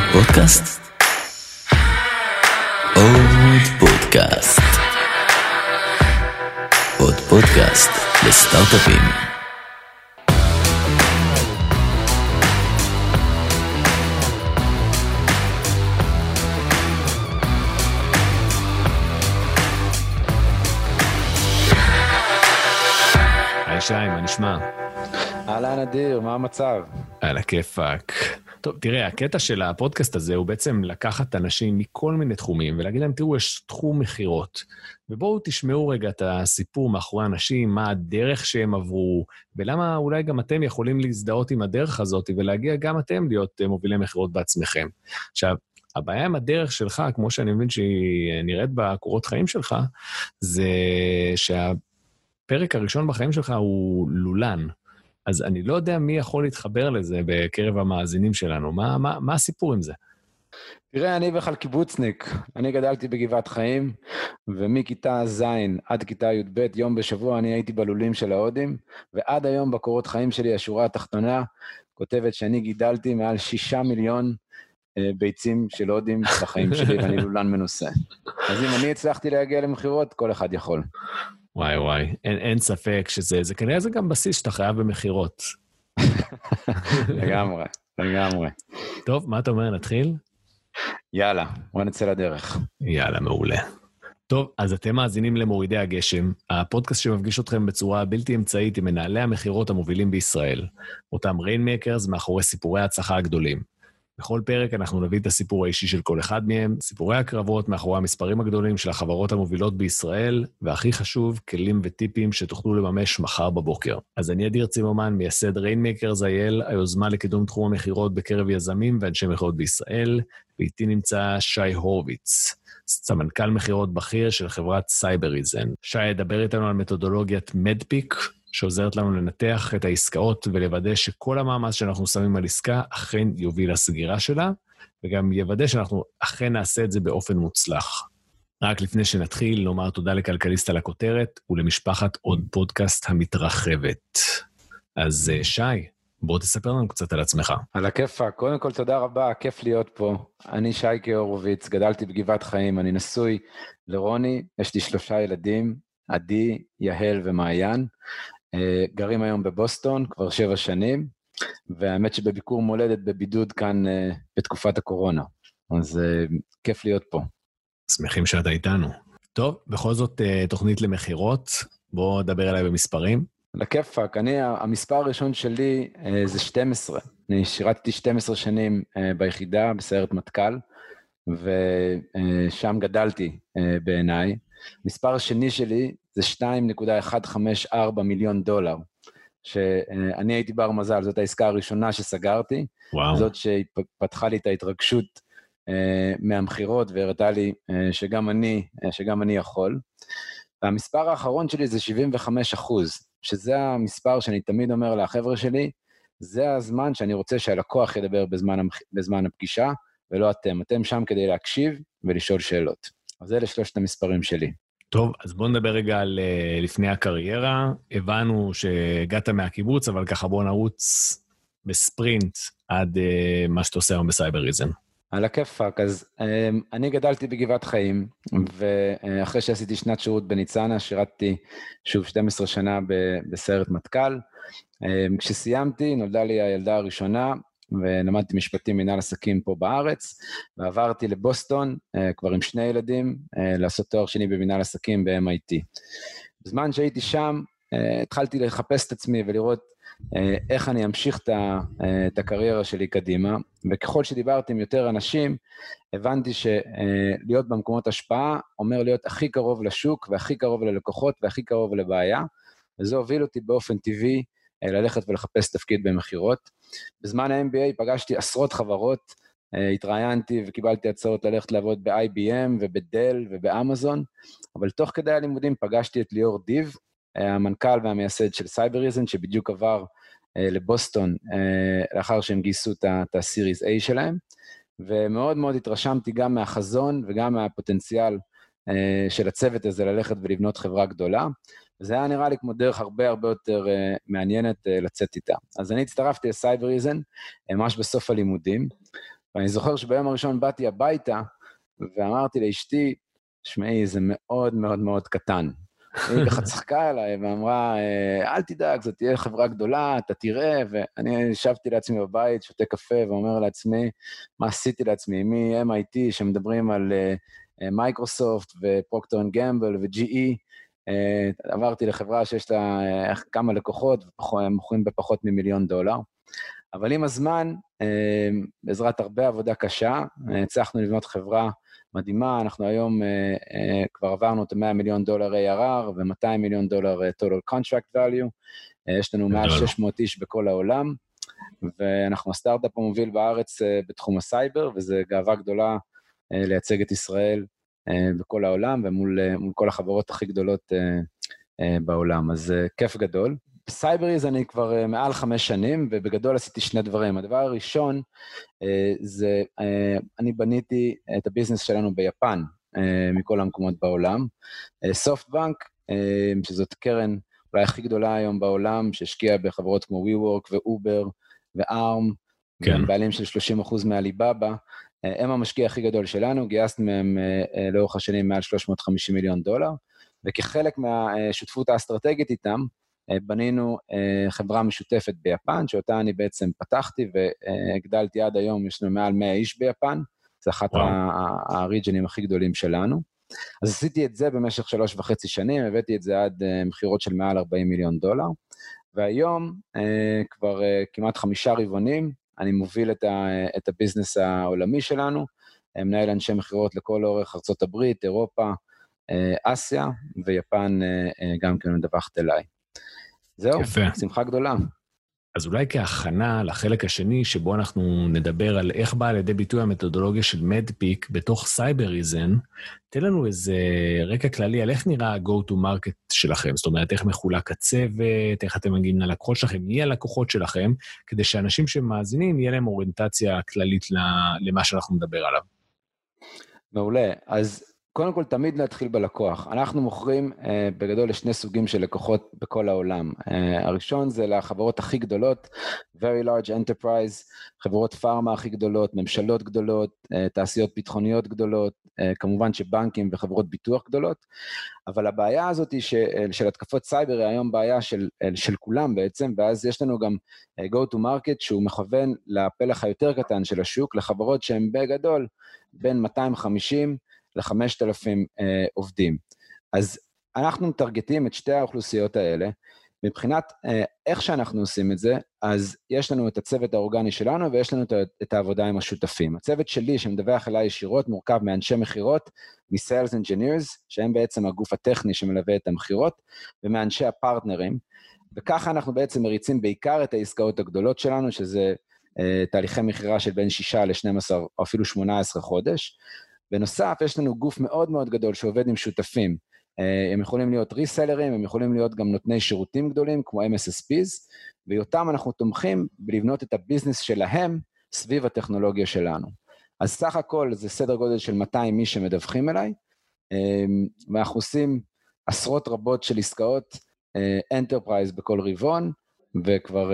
פודקאסט? עוד פודקאסט. עוד פודקאסט לסטארט-אפים. היי שי, מה נשמע? אהלן אדיר, מה המצב? על הכיפק. טוב, תראה, הקטע של הפודקאסט הזה הוא בעצם לקחת אנשים מכל מיני תחומים ולהגיד להם, תראו, יש תחום מחירות, ובואו תשמעו רגע את הסיפור מאחורי אנשים, מה הדרך שהם עברו, ולמה אולי גם אתם יכולים להזדהות עם הדרך הזאת, ולהגיע גם אתם להיות מובילי מחירות בעצמכם. עכשיו, הבעיה עם הדרך שלך, כמו שאני מבין שהיא נראית בקורות חיים שלך, זה שהפרק הראשון בחיים שלך הוא לולן. אז אני לא יודע מי יכול להתחבר לזה בקרב המאזינים שלנו. מה הסיפור עם זה? תראה, אני בכלל קיבוצניק. אני גדלתי בגבעת חיים, ומכיתה ז' עד כיתה י"ב, יום בשבוע, אני הייתי בלולים של ההודים, ועד היום בקורות חיים שלי, השורה התחתונה, כותבת שאני גידלתי מעל 6 מיליון ביצים של הודים בחיים שלי, ואני לולן מנוסה. אז אם אני הצלחתי להגיע למחירות, כל אחד יכול. וואי, אין ספק שזה כנראה זה גם בסיס שאתה חייב במחירות. לגמרי. טוב, מה אתה אומר, נתחיל? יאללה, בוא נצא לדרך. יאללה, מעולה. טוב, אז אתם מאזינים למורידי הגשם, הפודקאסט שמפגיש אתכם בצורה בלתי אמצעית עם מנהלי המחירות המובילים בישראל, אותם ריינמקרס מאחורי סיפורי ההצלחה הגדולים. בכל פרק אנחנו נביא את הסיפור האישי של כל אחד מהם, סיפורי הקרבות מאחורי המספרים הגדולים של החברות המובילות בישראל, והכי חשוב, כלים וטיפים שתוכלו לממש מחר בבוקר. אז אני אדיר צימרמן, מייסד ריינמקרס IL, היוזמה לקידום תחום המחירות בקרב יזמים ואנשי מחירות בישראל, ואיתי נמצא שי הורוביץ, סמנכ"ל מחירות בכיר של חברת סייבריזן. שי ידבר איתנו על מתודולוגיית מדפיק, שעוזרת לנו לנתח את העסקאות ולוודא שכל המאמץ שאנחנו שמים על עסקה אכן יוביל לסגירה שלה, וגם יוודא שאנחנו אכן נעשה את זה באופן מוצלח. רק לפני שנתחיל, נאמר תודה לכלכליסט על הכותרת, ולמשפחת עוד פודקאסט המתרחבת. אז שי, בוא תספר לנו קצת על עצמך. על הכיפה, קודם כל תודה רבה, כיף להיות פה. אני שייקה הורוביץ, גדלתי בגבעת חיים, אני נשוי לרוני, יש לי 3 ילדים, עדי, יהל ומעיין. גרים היום בבוסטון כבר 7 שנים, והאמת שבביקור מולדת בבידוד כאן בתקופת הקורונה. אז כיף להיות פה. שמחים שאתה איתנו. טוב, בכל זאת תוכנית למחירות, בוא נדבר עליי במספרים. לכיפק, המספר הראשון שלי זה 12. אני שירתתי 12 שנים ביחידה בסיירת מטכ"ל, ושם גדלתי בעיניי. מספר השני שלי זה $2.154 מיליון, שאני הייתי בר מזל, זאת העסקה הראשונה שסגרתי, וואו. זאת שפתחה לי את ההתרגשות מהמחירות, והראתה לי שגם אני יכול. והמספר האחרון שלי זה 75%, שזה המספר שאני תמיד אומר לחבר'ה שלי, זה הזמן שאני רוצה שהלקוח ידבר בזמן הפגישה, ולא אתם שם כדי להקשיב ולשאול שאלות. אז אלה 3 המספרים שלי. טוב, אז בוא נדבר רגע על לפני הקריירה. הבנו שהגעת מהקיבוץ, אבל ככה בוא נרוץ בספרינט עד מה שאתה עושה היום בסייבריזן. על הכיפק, אז אני גדלתי בגבעת חיים, ואחרי שעשיתי שנת שירות בניצנה, שירתתי שוב 12 שנה בסיירת מטכ"ל. כשסיימתי, נולדה לי הילדה הראשונה, ולמדתי משפטים מנהל עסקים פה בארץ, ועברתי לבוסטון, כבר עם 2 ילדים, לעשות תואר שני במנהל עסקים ב-MIT. בזמן שהייתי שם, התחלתי לחפש את עצמי ולראות איך אני אמשיך את הקריירה שלי קדימה, וככל שדיברתי עם יותר אנשים, הבנתי שלהיות במקומות השפעה, אומר להיות הכי קרוב לשוק, והכי קרוב ללקוחות, והכי קרוב לבעיה, וזה הוביל אותי באופן טבעי, ללכת ולחפש תפקיד במחירות. בזמן ה-MBA פגשתי עשרות חברות, התראיינתי וקיבלתי הצעות ללכת לעבוד ב-IBM ובדל ובאמזון, אבל תוך כדי הלימודים פגשתי את ליאור דיב, המנכ"ל והמייסד של סייבריזן, שבדיוק עבר לבוסטון לאחר שהם גייסו את ה-Series A שלהם, ומאוד מאוד התרשמתי גם מהחזון וגם מהפוטנציאל של הצוות הזה ללכת ולבנות חברה גדולה, וזה היה נראה לי כמו דרך הרבה יותר מעניינת לצאת איתה. אז אני הצטרפתי לסייבריזן, ממש בסוף הלימודים, ואני זוכר שביום הראשון באתי הביתה, ואמרתי לאשתי, שמעי, זה מאוד מאוד מאוד קטן. היא ככה צחקה אליי ואמרה, אל תדאג, זאת תהיה חברה גדולה, אתה תראה, ואני ישבתי לעצמי בבית, שותה קפה, ואומר לעצמי, מה עשיתי לעצמי? מ-MIT שמדברים על מייקרוסופט ופרוקטר אנד גמבל ו-GE, עברתי לחברה שיש לה כמה לקוחות, ומוכרים בפחות $1,000,000. אבל עם הזמן, בעזרת הרבה עבודה קשה, הצלחנו לבנות חברה מדהימה, אנחנו היום כבר עברנו את $100,000,000 ARR ו$200,000,000 total contract value, יש לנו מעל 600 איש בכל העולם, ואנחנו הסטארט-אפ המוביל בארץ בתחום הסייבר, וזה גאווה גדולה לייצג את ישראל בכל העולם, ומול כל החברות הכי גדולות בעולם, אז כיף גדול. בסייבריז אני כבר מעל 5 שנים, ובגדול עשיתי 2 דברים. הדבר הראשון, זה, אני בניתי את הביזנס שלנו ביפן, מכל המקומות בעולם. סופטבנק, שזאת קרן אולי הכי גדולה היום בעולם, שהשקיעה בחברות כמו WeWork ואובר וארם, כן. בעלים של 30% מעליבאבא, הם המשקיע הכי גדול שלנו, גייסנו מהם לאורך השנים מעל $350,000,000, וכחלק מהשותפות האסטרטגית איתם, בנינו חברה משותפת ביפן, שאותה אני בעצם פתחתי והגדלתי עד היום, יש לנו מעל 100 איש ביפן, זה אחת הריג'נים הכי גדולים שלנו. אז עשיתי את זה במשך 3.5 שנים, הבאתי את זה עד מחירות של מעל $40,000,000, והיום כבר כמעט 5 רבעונים, אני מוביל את הביזנס העולמי שלנו, מנהל אנשי מחירות לכל אורך ארצות הברית, אירופה, אסיה, ויפן גם כן מדווחת אליי. זהו, יפה. שמחה גדולה. אז אולי כהכנה לחלק השני, שבו אנחנו נדבר על איך באה לידי ביטוי המתודולוגיה של מדפיק בתוך סייבריזן, תן לנו איזה רקע כללי על איך נראה ה-go to market שלכם, זאת אומרת, איך מחולק הצוות, איך אתם מגיעים ללקוחות שלכם, מי הלקוחות שלכם, כדי שאנשים שמאזינים, יהיה להם אוריינטציה כללית למה שאנחנו נדבר עליו. מעולה, אז קודם כל, תמיד להתחיל בלקוח. אנחנו מוכרים בגדול לשני סוגים של לקוחות בכל העולם. הראשון זה לחברות הכי גדולות, very large enterprise, חברות פארמה הכי גדולות, ממשלות גדולות, תעשיות ביטחוניות גדולות, כמובן שבנקים וחברות ביטוח גדולות, אבל הבעיה הזאת של התקפות סייבר היא היום בעיה של כולם בעצם, ואז יש לנו גם go to market שהוא מכוון לפלח היותר קטן של השוק, לחברות שהן בגדול בין 250 ל-5,000 עובדים. אז אנחנו מטרגטים את שתי האוכלוסיות האלה, מבחינת איך שאנחנו עושים את זה, אז יש לנו את הצוות האורגני שלנו, ויש לנו את העבודה עם השותפים. הצוות שלי שמדווח אליי ישירות, מורכב מאנשי מחירות, מ-Sales Engineers, שהם בעצם הגוף הטכני שמלווה את המחירות, ומאנשי הפרטנרים, וככה אנחנו בעצם מריצים בעיקר את העסקאות הגדולות שלנו, שזה תהליכי מחירה של בין 6 ל-12 או אפילו 18 חודש, בנוסף, יש לנו גוף מאוד מאוד גדול שעובד עם שותפים, הם יכולים להיות ריסלרים, הם יכולים להיות גם נותני שירותים גדולים, כמו MSSPs, ואותם אנחנו תומכים בלבנות את הביזנס שלהם סביב הטכנולוגיה שלנו. אז סך הכל זה סדר גודל של 200 מי שמדווחים אליי, ואנחנו עושים עשרות רבות של עסקאות, Enterprise בכל רבעון, וכבר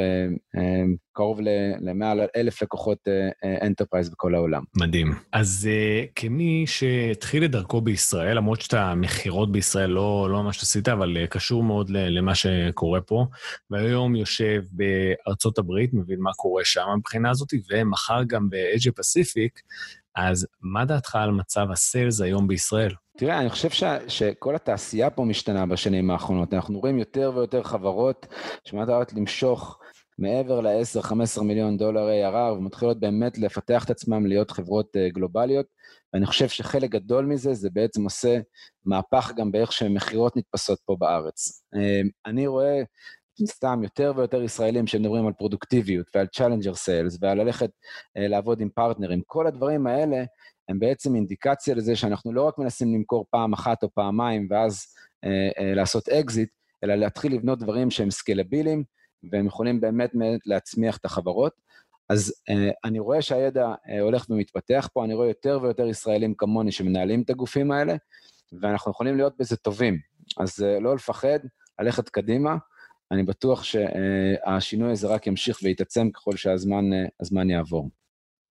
קרוב למעל 1,000 לקוחות Enterprise בכל העולם. מדהים. אז כמי שהתחיל את דרכו בישראל, למרות שאתה מחירות בישראל לא ממש עשית, אבל קשור מאוד למה שקורה פה, והיום יושב בארצות הברית, מבין מה קורה שם מבחינה הזאת, ומחר גם באז'יה פסיפיק, אז מה דעתך על מצב הסיילס היום בישראל? תראה, אני חושב שכל התעשייה פה משתנה בשנים האחרונות. אנחנו רואים יותר ויותר חברות שמתחילות למשוך מעבר ל-10-15 מיליון דולר ARR, ומתחילות באמת לפתח את עצמם להיות חברות גלובליות, ואני חושב שחלק גדול מזה, זה בעצם עושה מהפך גם באיך שמחירות נתפסות פה בארץ. אני רואה סתם יותר ויותר ישראלים שמדברים על פרודוקטיביות ועל צ'אלנג'ר סיילס, ועל ללכת לעבוד עם פרטנרים. כל הדברים האלה הם בעצם אינדיקציה לזה שאנחנו לא רק מנסים למכור פעם אחת או פעמיים, ואז לעשות אקזיט, אלא להתחיל לבנות דברים שהם סקלביליים, והם יכולים באמת להצמיח את החברות. אז אני רואה שהידע הולך ומתפתח פה, אני רואה יותר ויותר ישראלים כמוני שמנהלים את הגופים האלה, ואנחנו יכולים להיות בזה טובים. אז לא לפחד, ללכת קדימה, אני בטוח שהשינוי הזה רק ימשיך ויתעצם ככל שהזמן יעבור.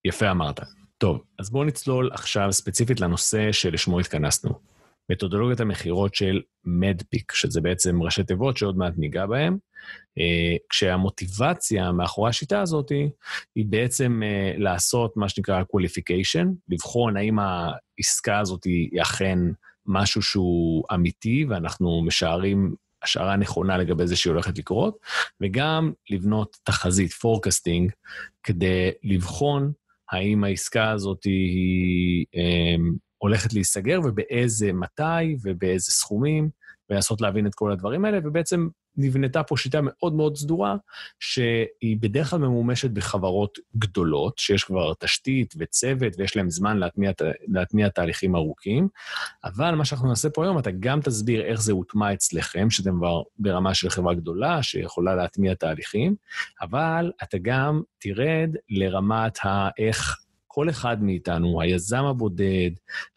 יפה אמרת. טוב, אז בואו נצלול עכשיו ספציפית לנושא שלשמו התכנסנו. מתודולוגיית המחירות של מדפיק, שזה בעצם ראשי תיבות שעוד מעט ניגע בהם, כשהמוטיבציה מאחורי השיטה הזאת היא בעצם לעשות מה שנקרא qualification, לבחון האם העסקה הזאת היא אכן משהו שהוא אמיתי, ואנחנו משערים השערה נכונה לגבי זה שהיא הולכת לקרות, וגם לבנות תחזית, forecasting, כדי לבחון האם העסקה הזאת היא הולכת להיסגר, ובאיזה מתי, ובאיזה סכומים, ולנסות להבין את כל הדברים האלה, ובעצם נבנתה פה שיטה מאוד מאוד סדורה, שהיא בדרך כלל ממומשת בחברות גדולות, שיש כבר תשתית וצוות, ויש להם זמן להטמיע תהליכים ארוכים, אבל מה שאנחנו נעשה פה היום, אתה גם תסביר איך זה הוטמע אצלכם, שאתם כבר ברמה של חברה גדולה, שיכולה להטמיע תהליכים, אבל אתה גם תרד לרמת איך כל אחד מאיתנו, היזם הבודד,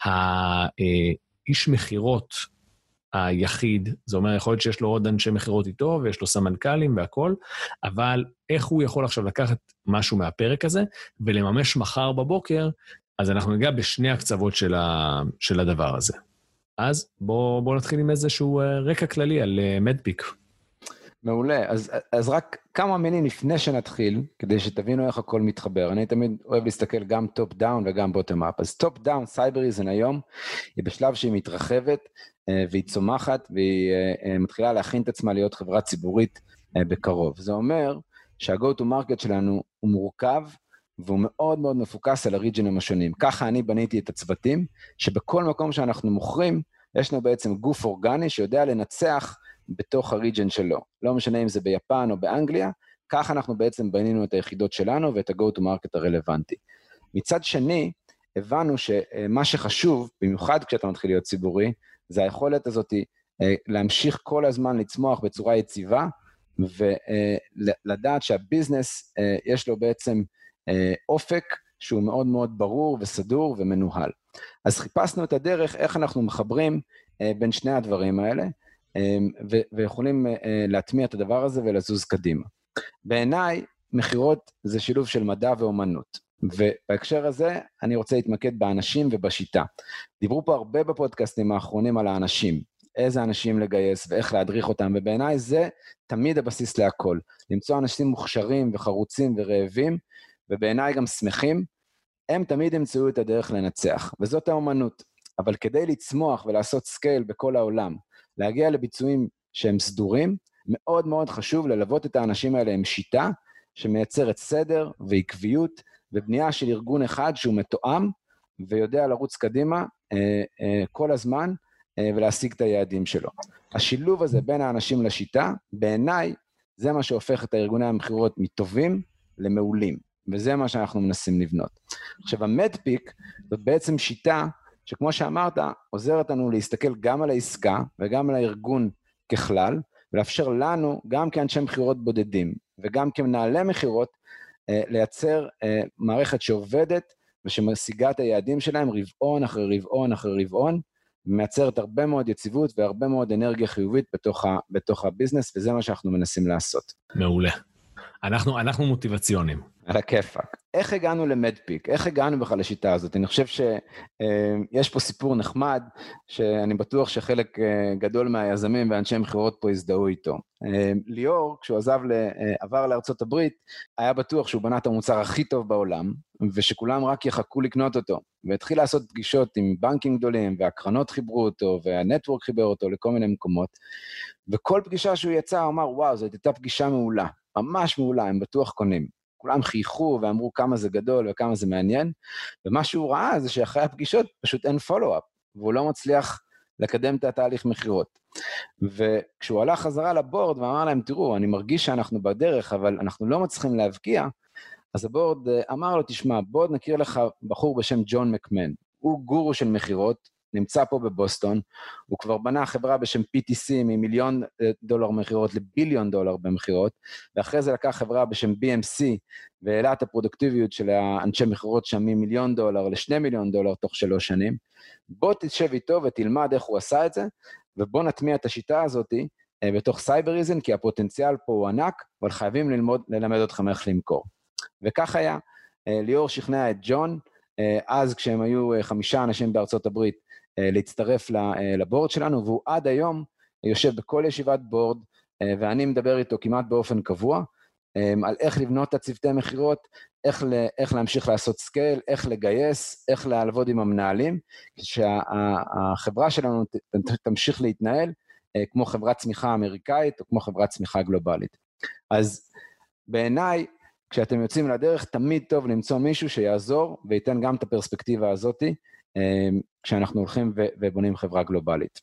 האיש מחירות היחיד, זה אומר, יכול להיות שיש לו עוד אנשי מחירות איתו, ויש לו סמנכ"לים והכל, אבל איך הוא יכול עכשיו לקחת משהו מהפרק הזה, ולממש מחר בבוקר, אז אנחנו ניגע בשני הקצוות של הדבר הזה. אז בואו נתחיל עם איזשהו רקע כללי על מדפיק. מעולה, אז רק כמה מילים לפני שנתחיל, כדי שתבינו איך הכל מתחבר. אני תמיד אוהב להסתכל גם טופ דאון וגם בוטום אפ. אז טופ דאון, סייבריזן היום, היא בשלב שהיא מתרחבת, והיא צומחת, והיא מתחילה להכין את עצמה להיות חברה ציבורית בקרוב. זה אומר שה-go to market שלנו הוא מורכב, והוא מאוד מאוד מפוקס על הריג'נים השונים. ככה אני בניתי את הצוותים, שבכל מקום שאנחנו מוכרים, יש לנו בעצם גוף אורגני שיודע לנצח בתוך הריג'ן שלו. לא משנה אם זה ביפן או באנגליה, כך אנחנו בעצם בנינו את היחידות שלנו ואת ה-go to market הרלוונטי. מצד שני, הבנו שמה שחשוב, במיוחד כשאתה מתחיל להיות ציבורי, זה היכולת הזאת להמשיך כל הזמן לצמוח בצורה יציבה, ולדעת שהביזנס יש לו בעצם אופק שהוא מאוד מאוד ברור וסדור ומנוהל. אז חיפשנו את הדרך איך אנחנו מחברים בין שני הדברים האלה, ויכולים להטמיע את הדבר הזה ולזוז קדימה. בעיניי, מחירות זה שילוב של מדע ואומנות, ובהקשר הזה אני רוצה להתמקד באנשים ובשיטה. דיברו פה הרבה בפודקאסטים האחרונים על האנשים, איזה אנשים לגייס ואיך להדריך אותם, ובעיניי זה תמיד הבסיס להכל. למצוא אנשים מוכשרים וחרוצים ורעבים, ובעיניי גם שמחים, הם תמיד ימצאו את הדרך לנצח, וזאת האומנות. אבל כדי לצמוח ולעשות סקייל בכל העולם, להגיע לביצועים שהם סדורים, מאוד מאוד חשוב ללוות את האנשים האלה עם שיטה, שמייצרת סדר ועקביות, ובנייה של ארגון אחד שהוא מתואם, ויודע לרוץ קדימה כל הזמן, ולהשיג את היעדים שלו. השילוב הזה בין האנשים לשיטה, בעיניי, זה מה שהופך את הארגוני המחירות מטובים למעולים, וזה מה שאנחנו מנסים לבנות. עכשיו, המדפיק, זאת בעצם שיטה, שכמו שאמרת, עוזרת לנו להסתכל גם על העסקה, וגם על הארגון ככלל, ולאפשר לנו, גם כאנשי מחירות בודדים, וגם כמנהלי מחירות, לייצר מערכת שעובדת, ושמשיגה את היעדים שלהם רבעון אחרי רבעון אחרי רבעון, ומייצרת הרבה מאוד יציבות, והרבה מאוד אנרגיה חיובית בתוך הביזנס, וזה מה שאנחנו מנסים לעשות. מעולה. אנחנו מוטיבציונים. על הכיפק. איך הגענו למדפיק? איך הגענו בכלל לשיטה הזאת? אני חושב שיש פה סיפור נחמד, שאני בטוח שחלק גדול מהיזמים ואנשי מחירות פה הזדהו איתו. ליאור, כשהוא עבר לארצות הברית, היה בטוח שהוא בנה את המוצר הכי טוב בעולם, ושכולם רק יחכו לקנות אותו, והתחיל לעשות פגישות עם בנקים גדולים, והקרנות חיברו אותו, והנטוורק חיבר אותו לכל מיני מקומות, וכל פגישה שהוא יצא, הוא אמר, וואו, זאת הייתה פגישה מעולה, ממש מעולה, הם בטוח קונים. כולם חייכו ואמרו כמה זה גדול וכמה זה מעניין, ומה שהוא ראה זה שאחרי הפגישות פשוט אין פולו-אפ, והוא לא מצליח לקדם את התהליך מחירות. וכשהוא הלך חזרה לבורד ואמר להם, תראו, אני מרגיש שאנחנו בדרך, אבל אנחנו לא מצליחים להבקיע, אז הבורד אמר לו, תשמע, בוא נכיר לך בחור בשם ג'ון מקמן, הוא גורו של מחירות, נמצא פה בבוסטון, הוא כבר בנה חברה בשם PTC $1,000,000 מחירות $1,000,000,000 במחירות, ואחרי זה לקח חברה בשם BMC, והעלה את הפרודוקטיביות של האנשי מחירות שם $1,000,000 ל$2,000,000 תוך 3 שנים, בוא תשב איתו ותלמד איך הוא עשה את זה, ובוא נטמיע את השיטה הזאת בתוך סייבריזן, כי הפוטנציאל פה הוא ענק, אבל חייבים ללמד אתכם איך למכור. וכך היה, ליאור שכנע את ג'ון, אז כשהם היו 5 אנשים בארצות הברית, להצטרף לבורד שלנו, והוא עד היום יושב בכל ישיבת בורד, ואני מדבר איתו כמעט באופן קבוע, על איך לבנות את הצוותי מחירות, איך להמשיך לעשות סקייל, איך לגייס, איך לעבוד עם המנהלים, שהחברה שלנו תמשיך להתנהל כמו חברת צמיחה אמריקאית, או כמו חברת צמיחה גלובלית. אז בעיניי, כשאתם יוצאים לדרך, תמיד טוב למצוא מישהו שיעזור, וייתן גם את הפרספקטיבה הזאת, כשאנחנו הולכים ובונים חברה גלובלית.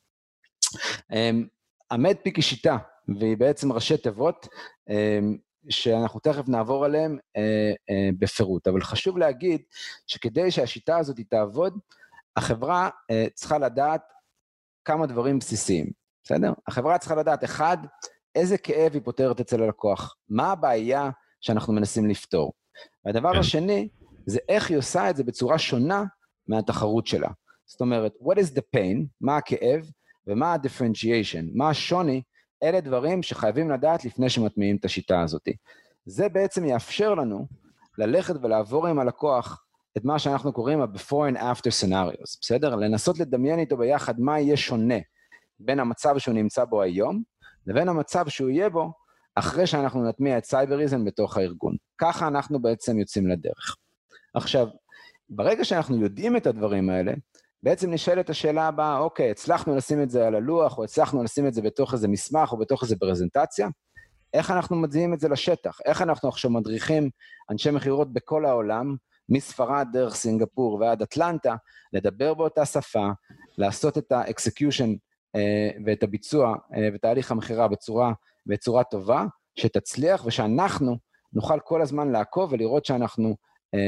המדפיק היא שיטה, והיא בעצם ראשי תיבות, שאנחנו תכף נעבור עליהם בפירוט, אבל חשוב להגיד שכדי שהשיטה הזאת תעבוד, החברה צריכה לדעת כמה דברים בסיסיים, בסדר? החברה צריכה לדעת, אחד, איזה כאב היא פותרת אצל הלקוח, מה הבעיה שאנחנו מנסים לפתור. והדבר השני, זה איך היא עושה את זה בצורה שונה מהתחרות שלה. זאת אומרת, what is the pain, מה הכאב, ומה ה-differentiation, מה השוני, אלה דברים שחייבים לדעת לפני שמטמיעים את השיטה הזאת. זה בעצם יאפשר לנו ללכת ולעבור עם הלקוח את מה שאנחנו קוראים ה-before and after scenarios, בסדר? לנסות לדמיין איתו ביחד מה יהיה שונה בין המצב שהוא נמצא בו היום, לבין המצב שהוא יהיה בו אחרי שאנחנו נטמיע את סייבריזם בתוך הארגון. ככה אנחנו בעצם יוצאים לדרך. עכשיו, ברגע שאנחנו יודעים את הדברים האלה, בעצם נשאלת השאלה הבאה, אוקיי, הצלחנו לשים את זה על הלוח, או הצלחנו לשים את זה בתוך איזה מסמך, או בתוך איזה פרזנטציה, איך אנחנו מציעים את זה לשטח? איך אנחנו עכשיו מדריכים אנשי מחירות בכל העולם, מספרד דרך סינגפור ועד אטלנטה, לדבר באותה שפה, לעשות את האקסקיושן ואת הביצוע ותהליך המחירה בצורה טובה, שתצליח ושאנחנו נוכל כל הזמן לעקוב ולראות שאנחנו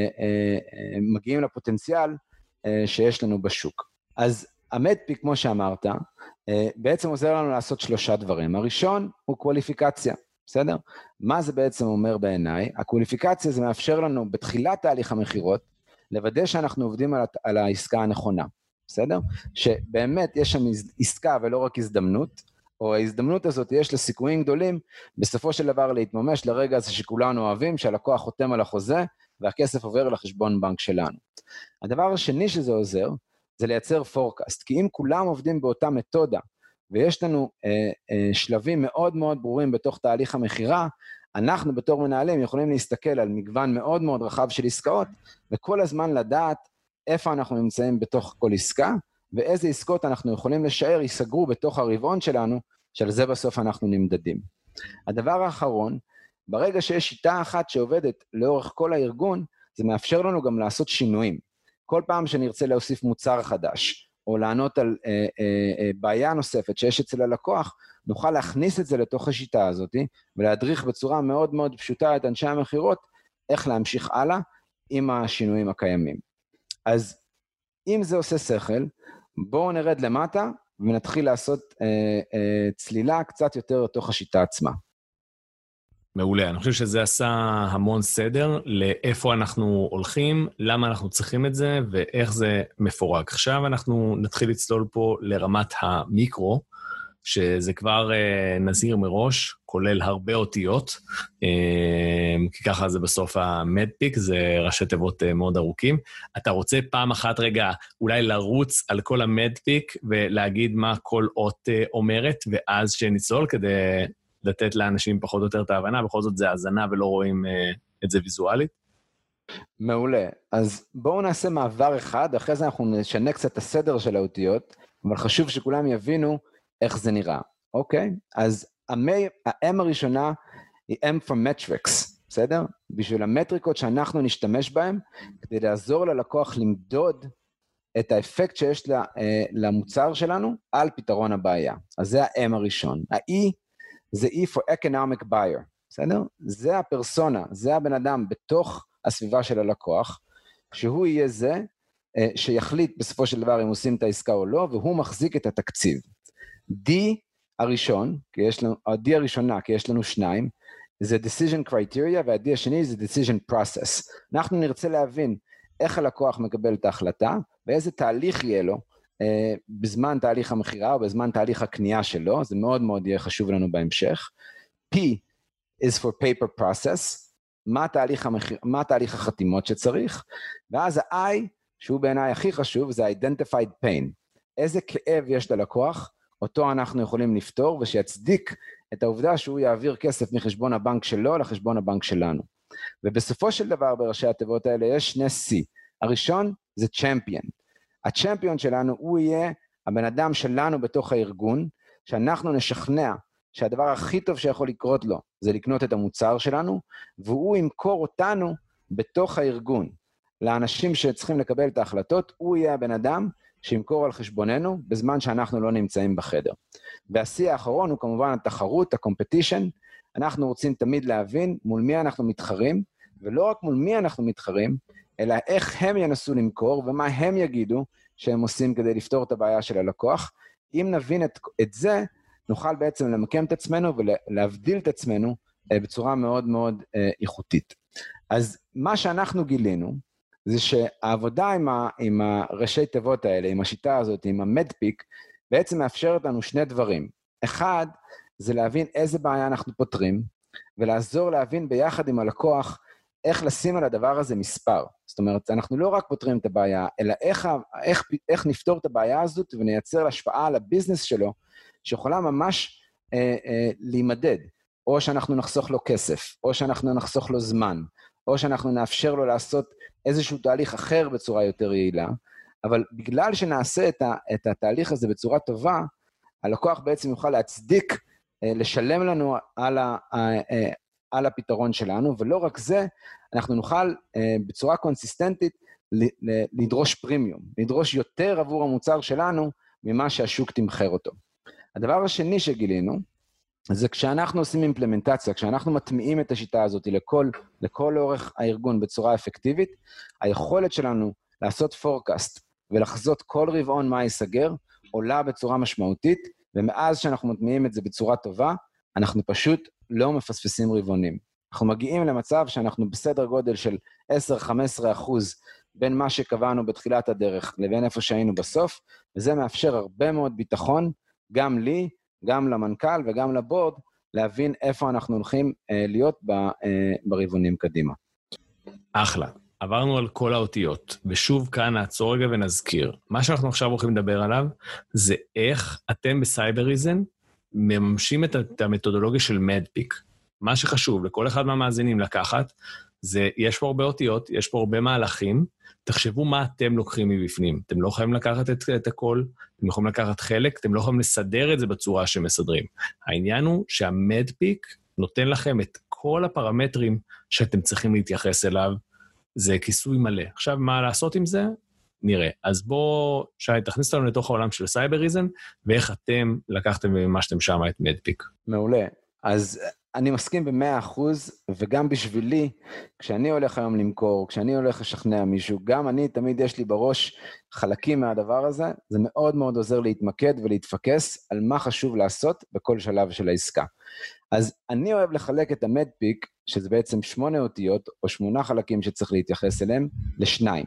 מגיעים לפוטנציאל שיש לנו בשוק. אז המדפיק, כמו שאמרת, בעצם עוזר לנו לעשות 3 דברים. הראשון הוא קואליפיקציה, בסדר? מה זה בעצם אומר בעיניי? הקואליפיקציה זה מאפשר לנו בתחילת תהליך המחירות, לוודא שאנחנו עובדים על העסקה הנכונה, בסדר? שבאמת יש שם עסקה ולא רק הזדמנות, או ההזדמנות הזאת יש לה סיכויים גדולים, בסופו של דבר להתממש לרגע הזה שכולנו אוהבים, שהלקוח חותם על החוזה, והכסף עובר לחשבון בנק שלנו. הדבר השני שזה עוזר, זה לייצר פורקאסט, כי אם כולם עובדים באותה מתודה, ויש לנו שלבים מאוד מאוד ברורים בתוך תהליך המחירה, אנחנו בתור מנהלים יכולים להסתכל על מגוון מאוד מאוד רחב של עסקאות, וכל הזמן לדעת איפה אנחנו נמצאים בתוך כל עסקה, ואיזה עסקות אנחנו יכולים לשער ייסגרו בתוך הרבעון שלנו, שעל זה בסוף אנחנו נמדדים. הדבר האחרון, ברגע שיש שיטה אחת שעובדת לאורך כל הארגון, זה מאפשר לנו גם לעשות שינויים. כל פעם שנרצה להוסיף מוצר חדש, או לענות על בעיה נוספת שיש אצל הלקוח, נוכל להכניס את זה לתוך השיטה הזאת, ולהדריך בצורה מאוד מאוד פשוטה את אנשי המחירות, איך להמשיך הלאה עם השינויים הקיימים. אז אם זה עושה שכל, בואו נרד למטה, ונתחיל לעשות צלילה קצת יותר לתוך השיטה עצמה. מעולה, אני חושב שזה עשה המון סדר לאיפה אנחנו הולכים, למה אנחנו צריכים את זה ואיך זה מפורק. עכשיו אנחנו נתחיל לצלול פה לרמת המיקרו, שזה כבר נזהיר מראש, כולל הרבה אותיות, כי ככה זה בסוף המדפיק, זה ראשי תיבות מאוד ארוכים. אתה רוצה פעם אחת רגע אולי לרוץ על כל המדפיק ולהגיד מה כל אות אומרת, ואז שנצלול כדי לתת לאנשים פחות או יותר את ההבנה, בכל זאת זה האזנה ולא רואים את זה ויזואלית. מעולה, אז בואו נעשה מעבר אחד, אחרי זה אנחנו נשנה קצת את הסדר של האותיות, אבל חשוב שכולם יבינו איך זה נראה, אוקיי? אז ה-M הראשונה היא M for metrics, בסדר? בשביל המטריקות שאנחנו נשתמש בהן, כדי לעזור ללקוח למדוד את האפקט שיש למוצר שלנו על פתרון הבעיה. אז זה ה-M הראשון. ה-E זה E for economic buyer, בסדר? זה הפרסונה, זה הבן אדם בתוך הסביבה של הלקוח, שהוא יהיה זה שיחליט בסופו של דבר אם עושים את העסקה או לא, והוא מחזיק את התקציב. D הראשון, D הראשונה, כי יש לנו 2, זה decision criteria, וה-D השני זה decision process. אנחנו נרצה להבין איך הלקוח מקבל את ההחלטה, ואיזה תהליך יהיה לו, בזמן תהליך המחירה, או בזמן תהליך הקנייה שלו, זה מאוד מאוד יהיה חשוב לנו בהמשך. P is for paper process, מה תהליך החתימות שצריך, ואז ה-I, שהוא בעיניי הכי חשוב, זה identified pain. איזה כאב יש ללקוח, אותו אנחנו יכולים לפתור, ושיצדיק את העובדה שהוא יעביר כסף מחשבון הבנק שלו לחשבון הבנק שלנו. ובסופו של דבר, בראשי התיבות האלה, יש שני C. הראשון זה צ'מפיון. הצ'מפיון שלנו, הוא יהיה הבן אדם שלנו בתוך הארגון, שאנחנו נשכנע שהדבר הכי טוב שיכול לקרות לו, זה לקנות את המוצר שלנו, והוא ימכור אותנו בתוך הארגון. לאנשים שצריכים לקבל את ההחלטות, הוא יהיה הבן אדם שימכור על חשבוננו, בזמן שאנחנו לא נמצאים בחדר. והשיא האחרון הוא כמובן התחרות, ה-competition. אנחנו רוצים תמיד להבין מול מי אנחנו מתחרים, ולא רק מול מי אנחנו מתחרים, אלא איך הם ינסו למכור, ומה הם יגידו שהם עושים כדי לפתור את הבעיה של הלקוח. אם נבין את זה, נוכל בעצם למקם את עצמנו ולהבדיל את עצמנו בצורה מאוד מאוד איכותית. אז מה שאנחנו גילינו, זה שהעבודה עם הראשי תיבות האלה, עם השיטה הזאת, עם המדפיק, בעצם מאפשרת לנו שני דברים. אחד, זה להבין איזה בעיה אנחנו פותרים, ולעזור להבין ביחד עם הלקוח, איך לשים על הדבר הזה מספר. זאת אומרת, אנחנו לא רק פותרים את הבעיה, אלא איך נפתור את הבעיה הזאת, ונייצר השפעה על הביזנס שלו, שיכולה ממש להימדד, או שאנחנו נחסוך לו כסף, או שאנחנו נחסוך לו זמן, או שאנחנו נאפשר לו לעשות איזשהו תהליך אחר בצורה יותר יעילה, אבל בגלל שנעשה את התהליך הזה בצורה טובה, הלקוח בעצם יוכל להצדיק, לשלם לנו על הפתרון שלנו, ולא רק זה, אנחנו נוכל בצורה קונסיסטנטית לדרוש פרימיום, לדרוש יותר עבור המוצר שלנו ממה שהשוק תמחר אותו. הדבר השני שגילינו, זה כשאנחנו עושים אימפלמנטציה, כשאנחנו מטמיעים את השיטה הזאת לכל אורך הארגון בצורה אפקטיבית, היכולת שלנו לעשות פורקאסט ולחזות כל רבעון מה ייסגר, עולה בצורה משמעותית, ומאז שאנחנו מטמיעים את זה בצורה טובה, אנחנו פשוט לא מפספסים רבעונים. אנחנו מגיעים למצב שאנחנו בסדר גודל של 10-15% בין מה שקבענו בתחילת הדרך לבין איפה שהיינו בסוף, וזה מאפשר הרבה מאוד ביטחון, גם לי, גם למנכ"ל וגם לבורד, להבין איפה אנחנו הולכים להיות ברבעונים קדימה. אחלה. עברנו על כל האותיות, ושוב כאן נעצור רגע ונזכיר. מה שאנחנו עכשיו הולכים לדבר עליו, זה איך אתם בסייבריזן מממשים את המתודולוגיה של מדפיק. מה שחשוב לכל אחד מהמאזינים לקחת, זה יש פה הרבה אותיות, יש פה הרבה מהלכים, תחשבו מה אתם לוקחים מבפנים. אתם לא יכולים לקחת את הכל, אתם יכולים לקחת חלק, אתם לא יכולים לסדר את זה בצורה שמסדרים. העניין הוא שהמדפיק נותן לכם את כל הפרמטרים שאתם צריכים להתייחס אליו, זה כיסוי מלא. עכשיו, מה לעשות עם זה? נראה. אז בוא, שי, תכניס לנו לתוך העולם של סייבריזן, ואיך אתם לקחתם ומימשתם שם את מדפיק. מעולה. אז אני מסכים ב100%, וגם בשבילי, כשאני הולך היום למכור, כשאני הולך לשכנע מישהו, גם אני תמיד יש לי בראש חלקים מהדבר הזה, זה מאוד מאוד עוזר להתמקד ולהתפקס על מה חשוב לעשות בכל שלב של העסקה. אז אני אוהב לחלק את המדפיק, שזה בעצם 8 אותיות, או 8 חלקים שצריך להתייחס אליהם, לשניים.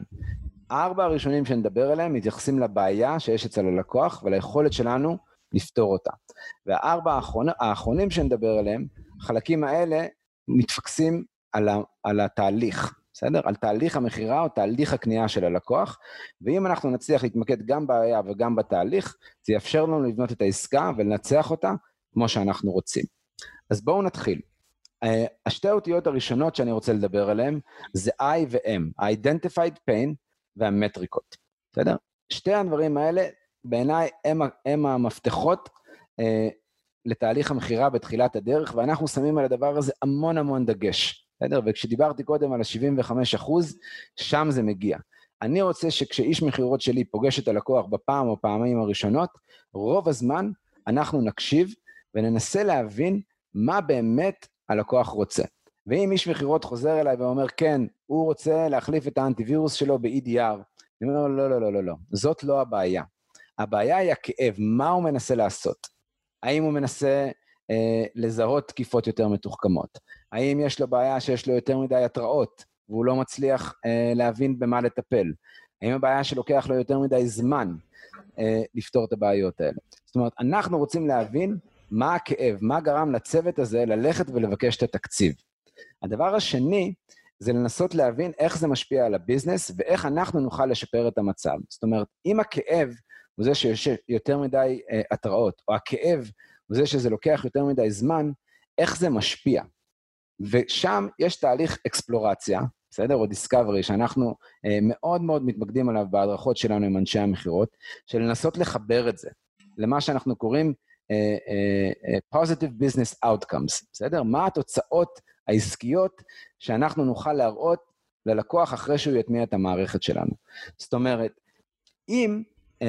4 הראשונים שנדבר עליהם, מתייחסים לבעיה שיש אצל הלקוח, וליכולת שלנו לפתור אותה. וה4 האחרונים שנדבר עליהם, החלקים האלה מתפקסים על התהליך, בסדר? על תהליך המחירה או תהליך הקנייה של הלקוח, ואם אנחנו נצליח להתמקד גם בעיה וגם בתהליך, זה יאפשר לנו לבנות את העסקה ולנצח אותה כמו שאנחנו רוצים. אז בואו נתחיל. השתי האותיות הראשונות שאני רוצה לדבר עליהן, זה I ו-M, ה-Identified Pain והמטריקות, בסדר? שתי הדברים האלה, בעיניי, הם המפתחות לתהליך המחירה בתחילת הדרך, ואנחנו שמים על הדבר הזה המון המון דגש, בסדר? וכשדיברתי קודם על ה-75%, שם זה מגיע. אני רוצה שכשאיש מחירות שלי פוגש את הלקוח בפעם או פעמיים הראשונות, רוב הזמן אנחנו נקשיב וננסה להבין מה באמת הלקוח רוצה. ואם איש מחירות חוזר אליי ואומר, כן, הוא רוצה להחליף את האנטיווירוס שלו ב-EDR, אני אומר, לא, זאת לא הבעיה. הבעיה היא הכאב, מה הוא מנסה לעשות? האם הוא מנסה לזהות תקיפות יותר מתוחכמות? האם יש לו בעיה שיש לו יותר מדי התראות, והוא לא מצליח להבין במה לטפל? האם הבעיה שלוקח לו יותר מדי זמן לפתור את הבעיות האלה? זאת אומרת, אנחנו רוצים להבין מה הכאב, מה גרם לצוות הזה ללכת ולבקש את התקציב. הדבר השני, זה לנסות להבין איך זה משפיע על הביזנס, ואיך אנחנו נוכל לשפר את המצב. זאת אומרת, אם הכאב הוא זה שיש יותר מדי התראות, או הכאב הוא זה שזה לוקח יותר מדי זמן, איך זה משפיע. ושם יש תהליך אקספלורציה, בסדר? או דיסקאברי, שאנחנו מאוד מאוד מתמקדים עליו בהדרכות שלנו עם אנשי המחירות, של לנסות לחבר את זה, למה שאנחנו קוראים positive business outcomes, בסדר? מה התוצאות העסקיות שאנחנו נוכל להראות ללקוח אחרי שהוא יטמיע את המערכת שלנו. זאת אומרת, אם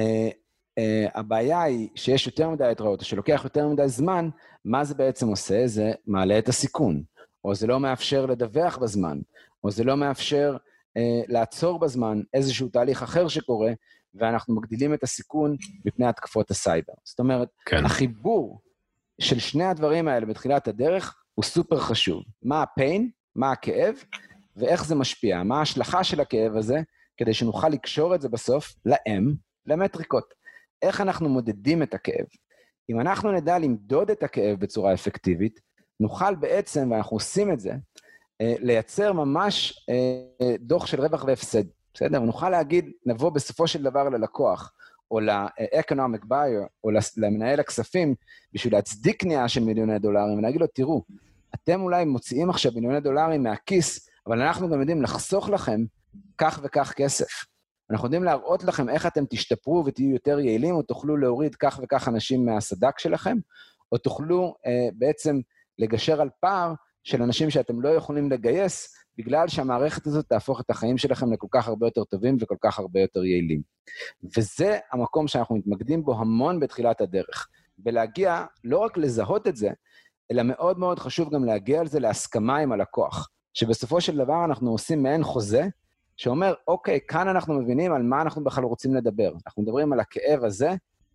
הבעיה היא שיש יותר מדי התראות, או שלוקח יותר מדי זמן, מה זה בעצם עושה? זה מעלה את הסיכון, או זה לא מאפשר לדווח בזמן, או זה לא מאפשר לעצור בזמן איזשהו תהליך אחר שקורה, ואנחנו מגדילים את הסיכון מפני התקפות הסייבר. זאת אומרת, כן. החיבור של שני הדברים האלה בתחילת הדרך, הוא סופר חשוב. מה הפיין, מה הכאב, ואיך זה משפיע, מה ההשלכה של הכאב הזה, כדי שנוכל לקשור את זה בסוף למטריקות. איך אנחנו מודדים את הכאב? אם אנחנו נדע למדוד את הכאב בצורה אפקטיבית, נוכל בעצם, ואנחנו עושים את זה, לייצר ממש דוח של רווח והפסד. בסדר? ונוכל להגיד, נבוא בסופו של דבר ללקוח, או ל-economic buyer, או למנהל הכספים, בשביל להצדיק קנייה של מיליוני דולרים, ולהגיד לו, תראו, אתם אולי מוציאים עכשיו מיליוני דולרים מהכיס, אבל אנחנו גם יודעים לחסוך לכם כך וכך כסף. אנחנו יודעים להראות לכם איך אתם תשתפרו ותהיו יותר יעילים, או תוכלו להוריד כך וכך אנשים מהסדק שלכם, או תוכלו בעצם לגשר על פער של אנשים שאתם לא יכולים לגייס, בגלל שהמערכת הזאת תהפוך את החיים שלכם לכל כך הרבה יותר טובים וכל כך הרבה יותר יעילים. וזה המקום שאנחנו מתמקדים בו המון בתחילת הדרך. ולהגיע, לא רק לזהות את זה, אלא מאוד מאוד חשוב גם להגיע על זה להסכמה עם הלקוח. שבסופו של דבר אנחנו עושים מעין חוזה, שאומר, אוקיי, כאן אנחנו מבינים על מה אנחנו בכלל רוצים לדבר. אנחנו מדברים על הכאב הזה,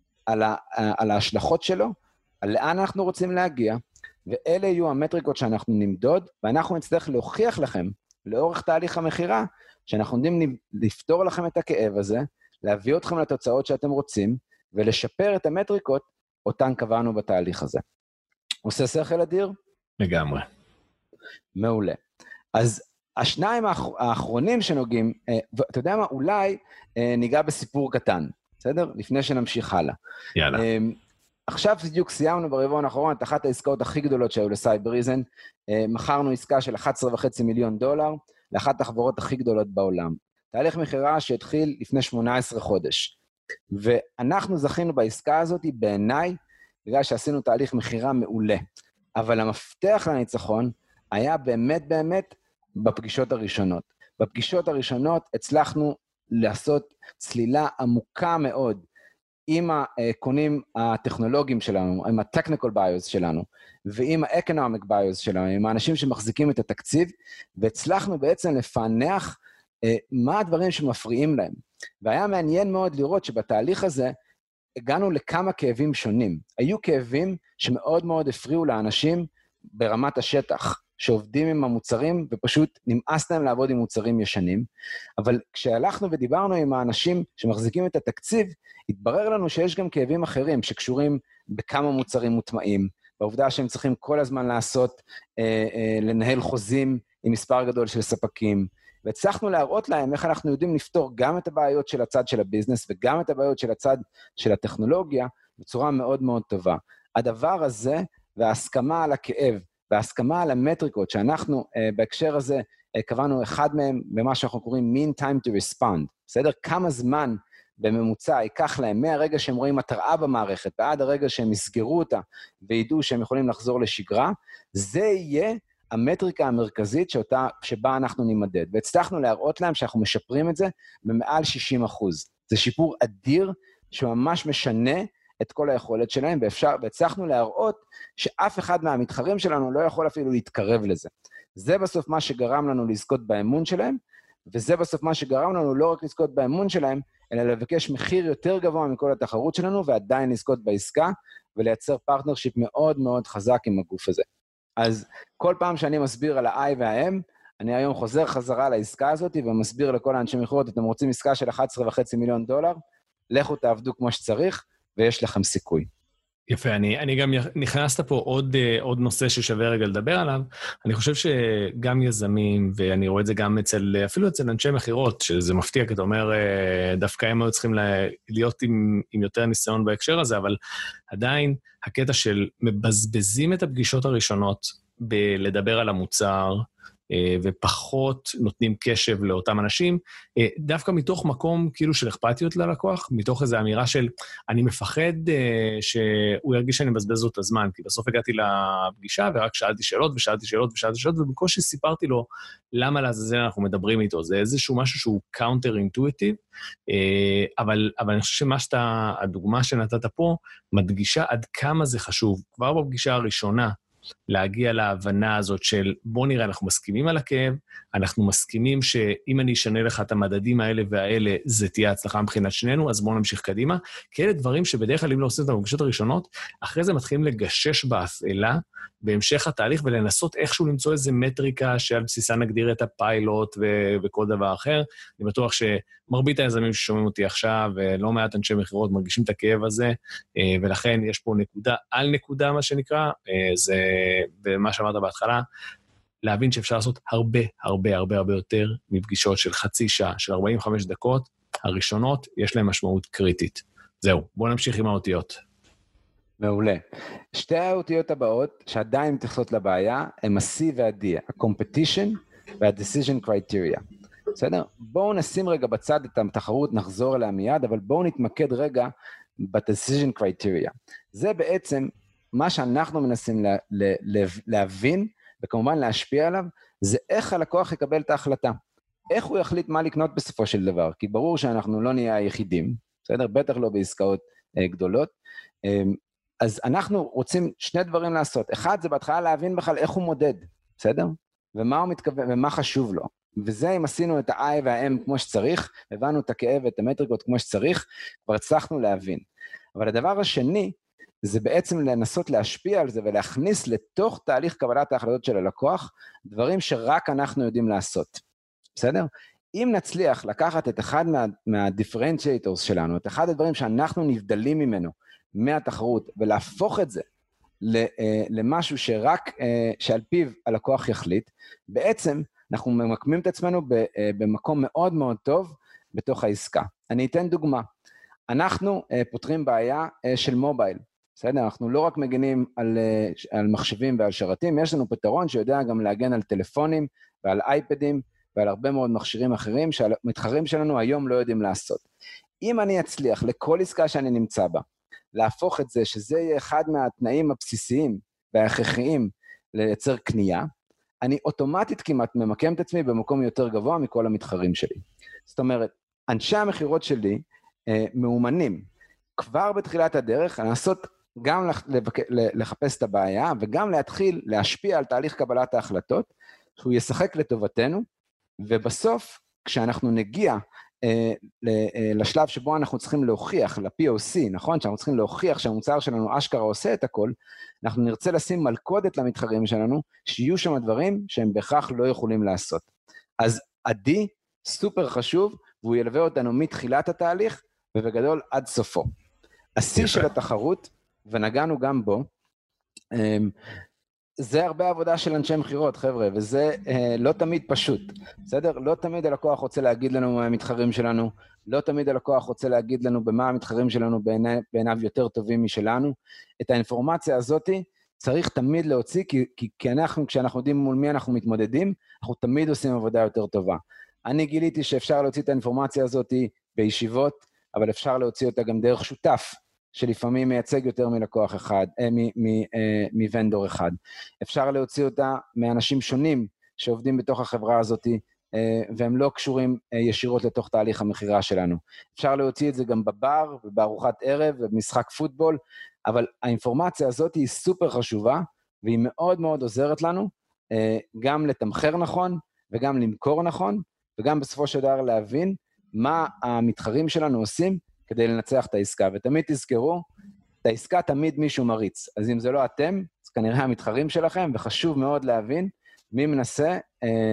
על ההשלכות שלו, על לאן אנחנו רוצים להגיע, ואלה יהיו המטריקות שאנחנו נמדוד, ואנחנו נצטרך להוכיח לכם, לאורך תהליך המחירה, שאנחנו יודעים לפתור לכם את הכאב הזה, להביא אתכם לתוצאות שאתם רוצים, ולשפר את המטריקות, אותן קבענו בתהליך הזה. עושה שכל אדיר? לגמרי. מעולה. אז השניים האחרונים שנוגעים, ואתה יודע מה, אולי ניגע בסיפור קטן, בסדר? לפני שנמשיך הלאה. יאללה. עכשיו בדיוק סיימנו ברבעון האחרון את אחת העסקאות הכי גדולות שהיו לסייבריזן, מכרנו עסקה של $11.5 מיליון, לאחת החברות הכי גדולות בעולם. תהליך מחירה שהתחיל לפני 18 חודש. ואנחנו זכינו בעסקה הזאת בעיניי, בגלל שעשינו תהליך מחירה מעולה. אבל המפתח לניצחון היה באמת באמת בפגישות הראשונות. בפגישות הראשונות הצלחנו לעשות צלילה עמוקה מאוד, עם הקונים הטכנולוגיים שלנו, עם ה-technical buyers שלנו, ועם ה-economic buyers שלנו, עם האנשים שמחזיקים את התקציב, והצלחנו בעצם לפענח מה הדברים שמפריעים להם. והיה מעניין מאוד לראות שבתהליך הזה, הגענו לכמה כאבים שונים. היו כאבים שמאוד מאוד הפריעו לאנשים ברמת השטח, שעובדים עם המוצרים, ופשוט נמאס להם לעבוד עם מוצרים ישנים, אבל כשהלכנו ודיברנו עם האנשים שמחזיקים את התקציב, התברר לנו שיש גם כאבים אחרים, שקשורים בכמה מוצרים מוטמעים, בעובדה שהם צריכים כל הזמן לעשות, לנהל חוזים עם מספר גדול של ספקים, והצלחנו להראות להם איך אנחנו יודעים לפתור גם את הבעיות של הצד של הביזנס, וגם את הבעיות של הצד של הטכנולוגיה, בצורה מאוד מאוד טובה. הדבר הזה, וההסכמה על הכאב, וההסכמה על המטריקות, שאנחנו בהקשר הזה קבענו אחד מהם במה שאנחנו קוראים mean time to respond, בסדר? כמה זמן בממוצע ייקח להם מהרגע שהם רואים התראה במערכת, ועד הרגע שהם יסגרו אותה, וידעו שהם יכולים לחזור לשגרה, זה יהיה המטריקה המרכזית שבה אנחנו נמדד. והצלחנו להראות להם שאנחנו משפרים את זה במעל 60%. זה שיפור אדיר שממש משנה את כל היכולת שלהם, והצלחנו להראות שאף אחד מהמתחרים שלנו לא יכול אפילו להתקרב לזה. זה בסוף מה שגרם לנו לזכות באמון שלהם, וזה בסוף מה שגרם לנו לא רק לזכות באמון שלהם, אלא לבקש מחיר יותר גבוה מכל התחרות שלנו, ועדיין לזכות בעסקה, ולייצר פרטנרשיפ מאוד מאוד חזק עם הגוף הזה. אז כל פעם שאני מסביר על ה-I וה-M, אני היום חוזר חזרה לעסקה הזאת, ומסביר לכל האנשי מכירות, אתם רוצים עסקה של $11.5 מיליון, לכו תעבדו כמו שצריך, ויש לכם סיכוי. יפה, אני גם נכנסת פה עוד נושא ששווה רגע לדבר עליו. אני חושב שגם יזמים, ואני רואה את זה גם אפילו אצל אנשי מחירות, שזה מפתיע, כי אתה אומר, דווקא הם היו צריכים להיות עם יותר ניסיון בהקשר הזה, אבל עדיין הקטע של מבזבזים את הפגישות הראשונות בלדבר על המוצר, ופחות נותנים קשב לאותם אנשים, דווקא מתוך מקום כאילו של אכפתיות ללקוח, מתוך איזו אמירה של, אני מפחד שהוא ירגיש שאני מבזבז לו את הזמן, כי בסוף הגעתי לפגישה ורק שאלתי שאלות ושאלתי שאלות ושאלתי שאלות, ובקושי סיפרתי לו למה לעזאזל אנחנו מדברים איתו, זה איזשהו משהו שהוא counter intuitive, אבל אני חושב הדוגמה שנתת פה, מדגישה עד כמה זה חשוב, כבר בפגישה הראשונה, להגיע להבנה הזאת של בוא נראה, אנחנו מסכימים על הכאב, אנחנו מסכימים שאם אני אשנה לך את המדדים האלה והאלה, זה תהיה הצלחה מבחינת שנינו, אז בואו נמשיך קדימה. כאלה דברים שבדרך כלל אם לא עושים את הפגישות הראשונות, אחרי זה מתחילים לגשש באפלה, בהמשך התהליך ולנסות איכשהו למצוא איזה מטריקה שעל בסיסה נגדיר את הפיילוט וכל דבר אחר. אני בטוח שמרבית היזמים ששומעים אותי עכשיו, ולא מעט אנשי מחירות מרגישים את הכאב הזה, ולכן יש פה נקודה על נקודה, מה שנקרא, זה, ומה שאמרת בהתחלה, להבין שאפשר לעשות הרבה, הרבה, הרבה, הרבה יותר מפגישות של חצי שעה, של 45 דקות, הראשונות יש להם משמעות קריטית. זהו, בואו נמשיך עם האותיות. מעולה. שתי האותיות הבאות שעדיין מתייחסות לבעיה, הם ה-C וה-D, ה-competition וה-decision criteria. בסדר? בואו נשים רגע בצד את התחרות, נחזור אליה מיד, אבל בואו נתמקד רגע ב-decision criteria. זה בעצם מה שאנחנו מנסים להבין, וכמובן להשפיע עליו, זה איך הלקוח יקבל את ההחלטה. איך הוא יחליט מה לקנות בסופו של דבר, כי ברור שאנחנו לא נהיה היחידים, בסדר? בטח לא בעסקאות גדולות, אז אנחנו רוצים שני דברים לעשות. אחד, זה בהתחלה להבין בכלל איך הוא מודד, בסדר? ומה הוא מתכוון, ומה חשוב לו. וזה, אם עשינו את ה-I וה-M כמו שצריך, הבנו את הכאב ואת המטריקות כמו שצריך, כבר הצלחנו להבין. אבל הדבר השני, זה בעצם לנסות להשפיע על זה, ולהכניס לתוך תהליך קבלת ההחלטות של הלקוח, דברים שרק אנחנו יודעים לעשות. בסדר? אם נצליח לקחת את אחד מה-differentiators שלנו, את אחד הדברים שאנחנו נבדלים ממנו, מהתחרות, ולהפוך את זה למשהו שרק, שעל פיו הלקוח יחליט, בעצם אנחנו ממקמים את עצמנו במקום מאוד מאוד טוב בתוך העסקה. אני אתן דוגמה. אנחנו פותרים בעיה של מובייל. בסדר? אנחנו לא רק מגנים על מחשבים ועל שרתים, יש לנו פתרון שיודע גם להגן על טלפונים ועל אייפדים ועל הרבה מאוד מכשירים אחרים שהמתחרים שלנו היום לא יודעים לעשות. אם אני אצליח לכל עסקה שאני נמצא בה, להפוך את זה שזה יהיה אחד מהתנאים הבסיסיים וההכרחיים לייצר קנייה, אני אוטומטית כמעט ממקם את עצמי במקום יותר גבוה מכל המתחרים שלי. זאת אומרת, אנשי המחירות שלי מאומנים כבר בתחילת הדרך לנסות גם לחפש את הבעיה וגם להתחיל להשפיע על תהליך קבלת ההחלטות, שהוא ישחק לטובתנו, ובסוף כשאנחנו נגיע לשלב שבו אנחנו צריכים להוכיח, ל-POC, נכון? שאנחנו צריכים להוכיח שהמוצר שלנו אשכרה עושה את הכל, אנחנו נרצה לשים מלכודת למתחרים שלנו, שיהיו שם דברים שהם בהכרח לא יכולים לעשות. אז ה-D סופר חשוב, והוא ילווה אותנו מתחילת התהליך, ובגדול עד סופו. ה-C של התחרות, ונגענו גם בו, זה הרבה עבודה של אנשי מחירות, חבר'ה, וזה לא תמיד פשוט, בסדר? לא תמיד הלקוח רוצה להגיד לנו מה המתחרים שלנו, לא תמיד הלקוח רוצה להגיד לנו במה המתחרים שלנו בעיניו יותר טובים משלנו. את האינפורמציה הזאת צריך תמיד להוציא, כי אנחנו, כשאנחנו יודעים מול מי אנחנו מתמודדים, אנחנו תמיד עושים עבודה יותר טובה. אני גיליתי שאפשר להוציא את האינפורמציה הזאת בישיבות, אבל אפשר להוציא אותה גם דרך שותף, שלפעמים מייצג יותר מלקוח אחד, מוונדור אחד. אפשר להוציא אותה מאנשים שונים שעובדים בתוך החברה הזאת, והם לא קשורים ישירות לתוך תהליך המחירה שלנו. אפשר להוציא את זה גם בבר, ובארוחת ערב, ובמשחק פוטבול, אבל האינפורמציה הזאת היא סופר חשובה, והיא מאוד מאוד עוזרת לנו, גם לתמחר נכון, וגם למכור נכון, וגם בסופו של דבר להבין מה המתחרים שלנו עושים, כדי לנצח את העסקה, ותמיד תזכרו, את העסקה תמיד מישהו מריץ, אז אם זה לא אתם, אז כנראה המתחרים שלכם, וחשוב מאוד להבין מי מנסה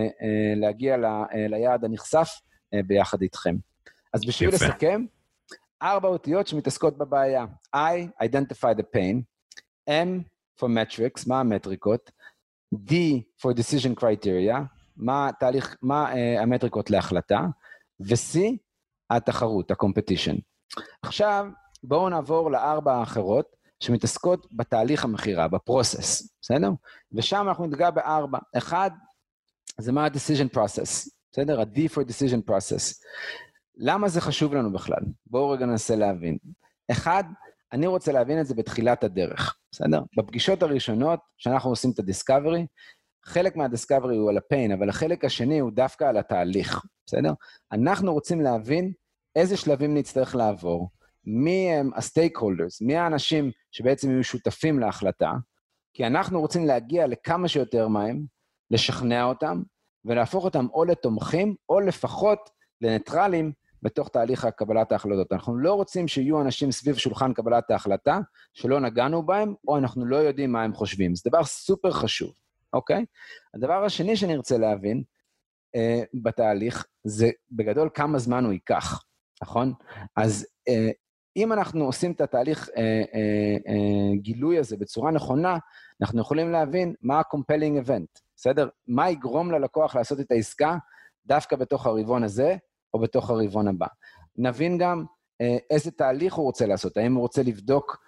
להגיע ליעד הנחשף ביחד איתכם. אז בשביל לסכם, 4 אותיות שמתעסקות בבעיה. I, identify the pain, M for metrics, מה המטריקות, D for decision criteria, מה המטריקות להחלטה, ו-C, התחרות, ה-competition. עכשיו, בואו נעבור ל4 האחרות, שמתעסקות בתהליך המחירה, בפרוסס, בסדר? ושם אנחנו נתגע ב4. 1, זה מה ה-decision process, בסדר? ה-D for decision process. למה זה חשוב לנו בכלל? בואו רגע ננסה להבין. 1, אני רוצה להבין את זה בתחילת הדרך, בסדר? בפגישות הראשונות, שאנחנו עושים את ה-discovery, חלק מה-discovery הוא על ה-pain, אבל החלק השני הוא דווקא על התהליך, בסדר? אנחנו רוצים להבין איזה שלבים נצטרך לעבור, מי הם ה-stakeholders, מי האנשים שבעצם יהיו שותפים להחלטה, כי אנחנו רוצים להגיע לכמה שיותר מהם, לשכנע אותם, ולהפוך אותם או לתומכים, או לפחות לניטרלים, בתוך תהליך קבלת ההחלטות. אנחנו לא רוצים שיהיו אנשים סביב שולחן קבלת ההחלטה, שלא נגענו בהם, או אנחנו לא יודעים מה הם חושבים. זה דבר סופר חשוב, אוקיי? הדבר השני שנרצה להבין בתהליך, זה בגדול כמה זמן הוא ייקח, נכון? אז אם אנחנו עושים את התהליך גילוי הזה בצורה נכונה, אנחנו יכולים להבין מה ה-compelling event, בסדר? מה יגרום ללקוח לעשות את העסקה, דווקא בתוך הרבעון הזה, או בתוך הרבעון הבא. נבין גם איזה תהליך הוא רוצה לעשות, האם הוא רוצה לבדוק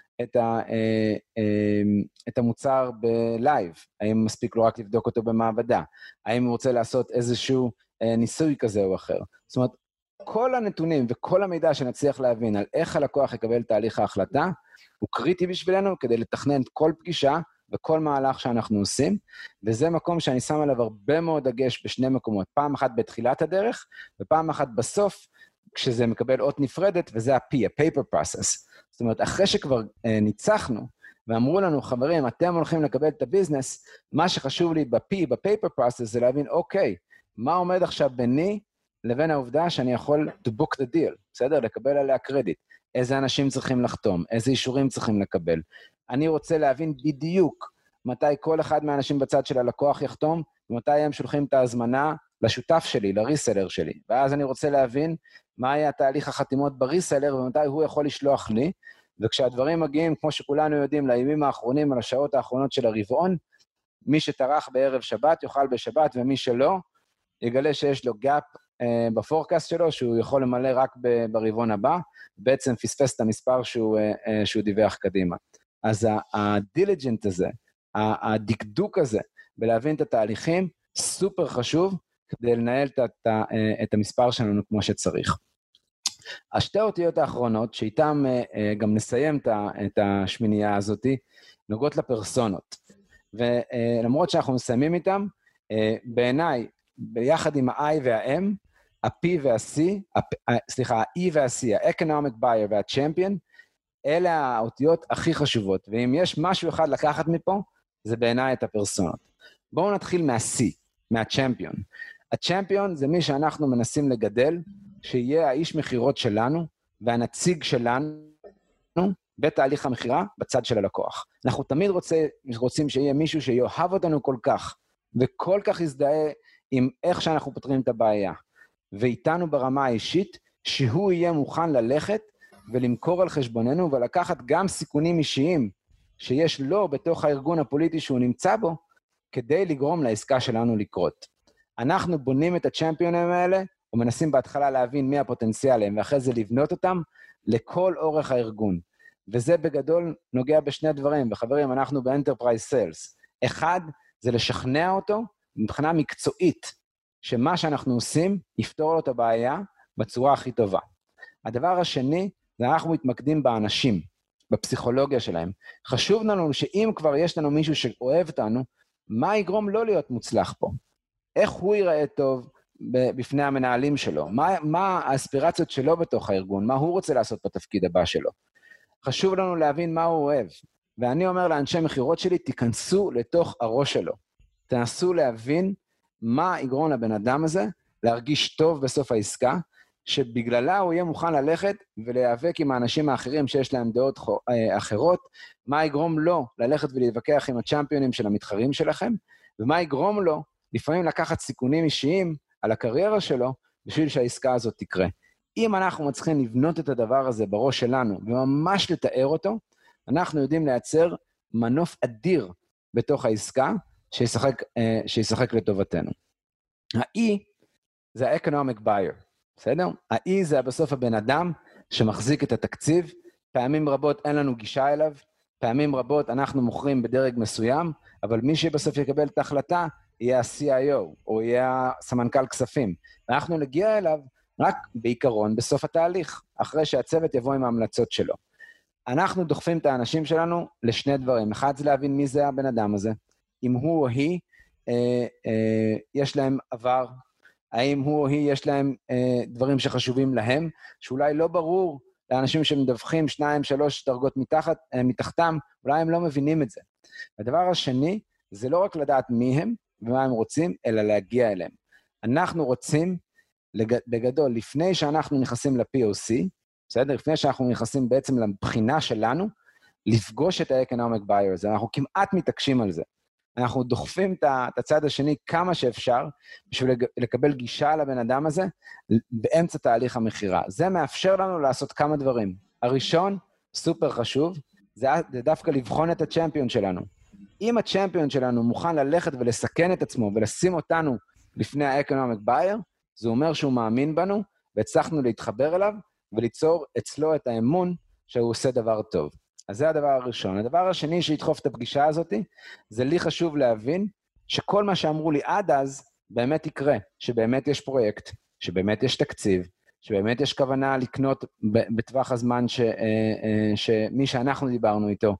את המוצר בלייב, האם מספיק לו רק לבדוק אותו במעבדה, האם הוא רוצה לעשות איזשהו ניסוי כזה או אחר. זאת אומרת, כל הנתונים וכל המידע שנצליח להבין על איך הלקוח יקבל תהליך ההחלטה, הוא קריטי בשבילנו כדי לתכנן כל פגישה וכל מהלך שאנחנו עושים, וזה מקום שאני שם עליו הרבה מאוד דגש בשני מקומות, פעם אחת בתחילת הדרך, ופעם אחת בסוף, כשזה מקבל אות נפרדת, וזה ה-P, ה-paper process. זאת אומרת, אחרי שכבר ניצחנו, ואמרו לנו, חברים, אתם הולכים לקבל את הביזנס, מה שחשוב לי ב-P, ב-paper process, זה להבין, אוקיי, מה עומד עכשיו ביני, לבין העובדה שאני יכול to book the deal, בסדר? לקבל עליה קרדיט. איזה אנשים צריכים לחתום, איזה אישורים צריכים לקבל. אני רוצה להבין בדיוק מתי כל אחד מהאנשים בצד של הלקוח יחתום, ומתי הם שולחים את ההזמנה לשותף שלי, לריסלר שלי. ואז אני רוצה להבין מה היה תהליך החתימות בריסלר, ומתי הוא יכול לשלוח לי, וכשהדברים מגיעים, כמו שכולנו יודעים, לימים האחרונים, על השעות האחרונות של הרבעון, מי שטרח בערב שבת יאכל בשבת, ומי שלא, יגלה שיש לו גאפ בפורקאסט שלו, שהוא יכול למלא רק ברבעון הבא, בעצם פספס את המספר שהוא דיווח קדימה. אז הדיליג'נט הזה, הדקדוק הזה, בלהבין את התהליכים, סופר חשוב, כדי לנהל את המספר שלנו כמו שצריך. השתי אותיות האחרונות, שאיתם גם נסיים את השמינייה הזאת, נוגעות לפרסונות. ולמרות שאנחנו מסיימים איתם, בעיניי, ביחד עם ה-I וה-M, ה-P וה-C, ה-E וה-C, ה-Economic Buyer וה-Champion, אלה האותיות הכי חשובות, ואם יש משהו אחד לקחת מפה, זה בעיניי את הפרסונות. בואו נתחיל מה-C, מה-Champion. ה-Champion זה מי שאנחנו מנסים לגדל, שיהיה האיש מחירות שלנו, והנציג שלנו, בתהליך המחירה, בצד של הלקוח. אנחנו תמיד רוצים שיהיה מישהו שיאהב אותנו כל כך, וכל כך יזדהה עם איך שאנחנו פותרים את הבעיה, ואיתנו ברמה האישית, שהוא יהיה מוכן ללכת ולמכור על חשבוננו, ולקחת גם סיכונים אישיים שיש לו בתוך הארגון הפוליטי שהוא נמצא בו, כדי לגרום לעסקה שלנו לקרות. אנחנו בונים את הצ'מפיונים האלה, ומנסים בהתחלה להבין מי הפוטנציאלים, ואחרי זה לבנות אותם לכל אורך הארגון. וזה בגדול נוגע בשני דברים, וחברים, אנחנו באנטרפרייז סיילס. אחד, זה לשכנע אותו מבחינה מקצועית, שמה שאנחנו עושים יפתור לו את הבעיה בצורה הכי טובה. הדבר השני, זה אנחנו מתמקדים באנשים, בפסיכולוגיה שלהם. חשוב לנו שאם כבר יש לנו מישהו שאוהב אותנו, מה יגרום לא להיות מוצלח פה? איך הוא ייראה טוב בפני המנהלים שלו? מה האספירציות שלו בתוך הארגון? מה הוא רוצה לעשות בתפקיד הבא שלו? חשוב לנו להבין מה הוא אוהב. ואני אומר לאנשי מחירות שלי, תיכנסו לתוך הראש שלו. תנסו להבין מה יגרום לבן אדם הזה, להרגיש טוב בסוף העסקה, שבגללה הוא יהיה מוכן ללכת ולהיאבק עם האנשים האחרים שיש להם דעות אחרות, מה יגרום לו ללכת ולהתווכח עם הצ'אמפיונים של המתחרים שלכם, ומה יגרום לו לפעמים לקחת סיכונים אישיים על הקריירה שלו, בשביל שהעסקה הזאת תקרה. אם אנחנו מצליחים לבנות את הדבר הזה בראש שלנו, וממש לתאר אותו, אנחנו יודעים לייצר מנוף אדיר בתוך העסקה, שישחק לטובתנו. ה-E זה ה-economic buyer, בסדר? ה-E זה בסוף הבן אדם שמחזיק את התקציב, פעמים רבות אין לנו גישה אליו, פעמים רבות אנחנו מוכרים בדרג מסוים, אבל מי שבסוף יקבל את ההחלטה, יהיה ה-CIO, או יהיה סמנכ"ל כספים. ואנחנו נגיע אליו רק בעיקרון בסוף התהליך, אחרי שהצוות יבוא עם ההמלצות שלו. אנחנו דוחפים את האנשים שלנו לשני דברים. אחד זה להבין מי זה הבן אדם הזה, אם הוא או היא יש להם עבר, האם הוא או היא יש להם דברים שחשובים להם, שאולי לא ברור לאנשים שמדווחים 2-3 דרגות מתחתם, אולי הם לא מבינים את זה. הדבר השני, זה לא רק לדעת מי הם ומה הם רוצים, אלא להגיע אליהם. אנחנו רוצים, בגדול, לפני שאנחנו נכנסים ל-POC, בסדר? לפני שאנחנו נכנסים בעצם לבחינה שלנו, לפגוש את ה-economic buyers, אנחנו כמעט מתעקשים על זה. אנחנו דוחפים את הצד השני כמה שאפשר, בשביל לקבל גישה לבן אדם הזה, באמצע תהליך המחירה. זה מאפשר לנו לעשות כמה דברים. הראשון, סופר חשוב, זה דווקא לבחון את הצ'מפיון שלנו. אם הצ'מפיון שלנו מוכן ללכת ולסכן את עצמו, ולשים אותנו לפני ה-economic buyer, זה אומר שהוא מאמין בנו, והצלחנו להתחבר אליו, וליצור אצלו את האמון שהוא עושה דבר טוב. אז זה הדבר הראשון. הדבר השני שידחוף את הפגישה הזאת, זה לי חשוב להבין שכל מה שאמרו לי עד אז, באמת יקרה, שבאמת יש פרויקט, שבאמת יש תקציב, שבאמת יש כוונה לקנות בטווח הזמן שמי שאנחנו דיברנו איתו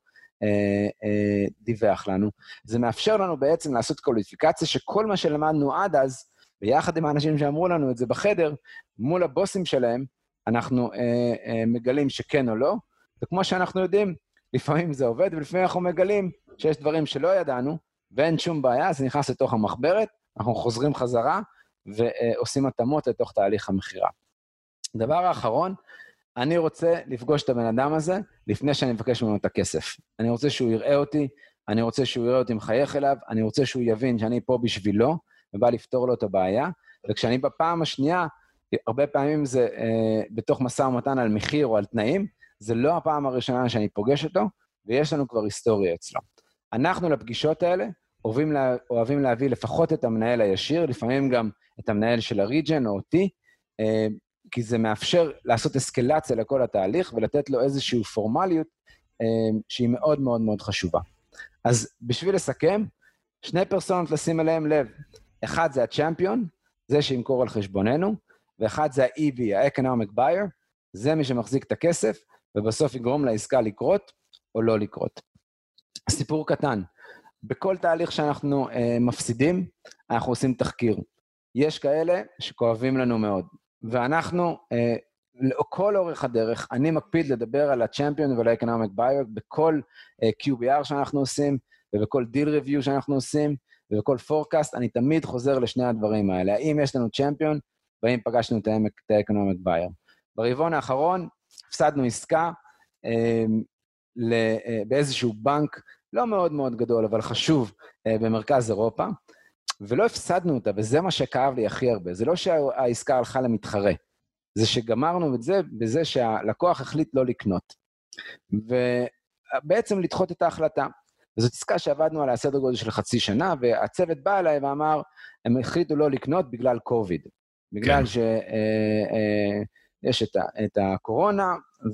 דיווח לנו. זה מאפשר לנו בעצם לעשות קוליפיקציה שכל מה שלמדנו עד אז, ביחד עם האנשים שאמרו לנו את זה בחדר, מול הבוסים שלהם, אנחנו מגלים שכן או לא, וכמו שאנחנו יודעים, לפעמים זה עובד, ולפעמים אנחנו מגלים שיש דברים שלא ידענו, ואין שום בעיה, זה נכנס לתוך המחברת, אנחנו חוזרים חזרה, ועושים התאמות לתוך תהליך המחירה. דבר האחרון, אני רוצה לפגוש את הבן אדם הזה, לפני שאני מבקש ממנו את הכסף. אני רוצה שהוא יראה אותי, אני רוצה שהוא יראה אותי מחייך אליו, אני רוצה שהוא יבין שאני פה בשבילו, ובא לפתור לו את הבעיה, וכשאני בפעם השנייה, הרבה פעמים זה בתוך משא ומתן על מחיר או על תנאים, זה לא הפעם הראשונה שאני פוגש אותו, ויש לנו כבר היסטוריה אצלו. אנחנו לפגישות האלה אוהבים להביא לפחות את המנהל הישיר, לפעמים גם את המנהל של הריג'ן או אותי, כי זה מאפשר לעשות אסקלציה לכל התהליך, ולתת לו איזושהי פורמליות שהיא מאוד מאוד מאוד חשובה. אז בשביל לסכם, שני פרסונות לשים אליהם לב. אחד זה הצ'מפיון, זה שימכור על חשבוננו, ואחד זה ה-EB, ה-Economic Buyer, זה מי שמחזיק את הכסף, ובסוף יגרום לעסקה לקרות או לא לקרות. סיפור קטן, בכל תהליך שאנחנו מפסידים, אנחנו עושים תחקיר. יש כאלה שכואבים לנו מאוד, ואנחנו, כל אורך הדרך, אני מקפיד לדבר על ה-Champion ועל ה-Economic Buyer, בכל QBR שאנחנו עושים, ובכל Deal Review שאנחנו עושים, ובכל Forecast, אני תמיד חוזר לשני הדברים האלה. האם יש לנו Champion, והאם פגשנו את ה-Economic Buyer. ברבעון האחרון, הפסדנו עסקה באיזשהו בנק, לא מאוד מאוד גדול, אבל חשוב, במרכז אירופה, ולא הפסדנו אותה, וזה מה שכאב לי הכי הרבה. זה לא שהעסקה הלכה למתחרה, זה שגמרנו את זה, בזה שהלקוח החליט לא לקנות. ובעצם לדחות את ההחלטה. וזאת עסקה שעבדנו עליה סדר גודל של חצי שנה, והצוות בא אליי ואמר, הם החליטו לא לקנות בגלל קוביד. בגלל שיש את הקורונה,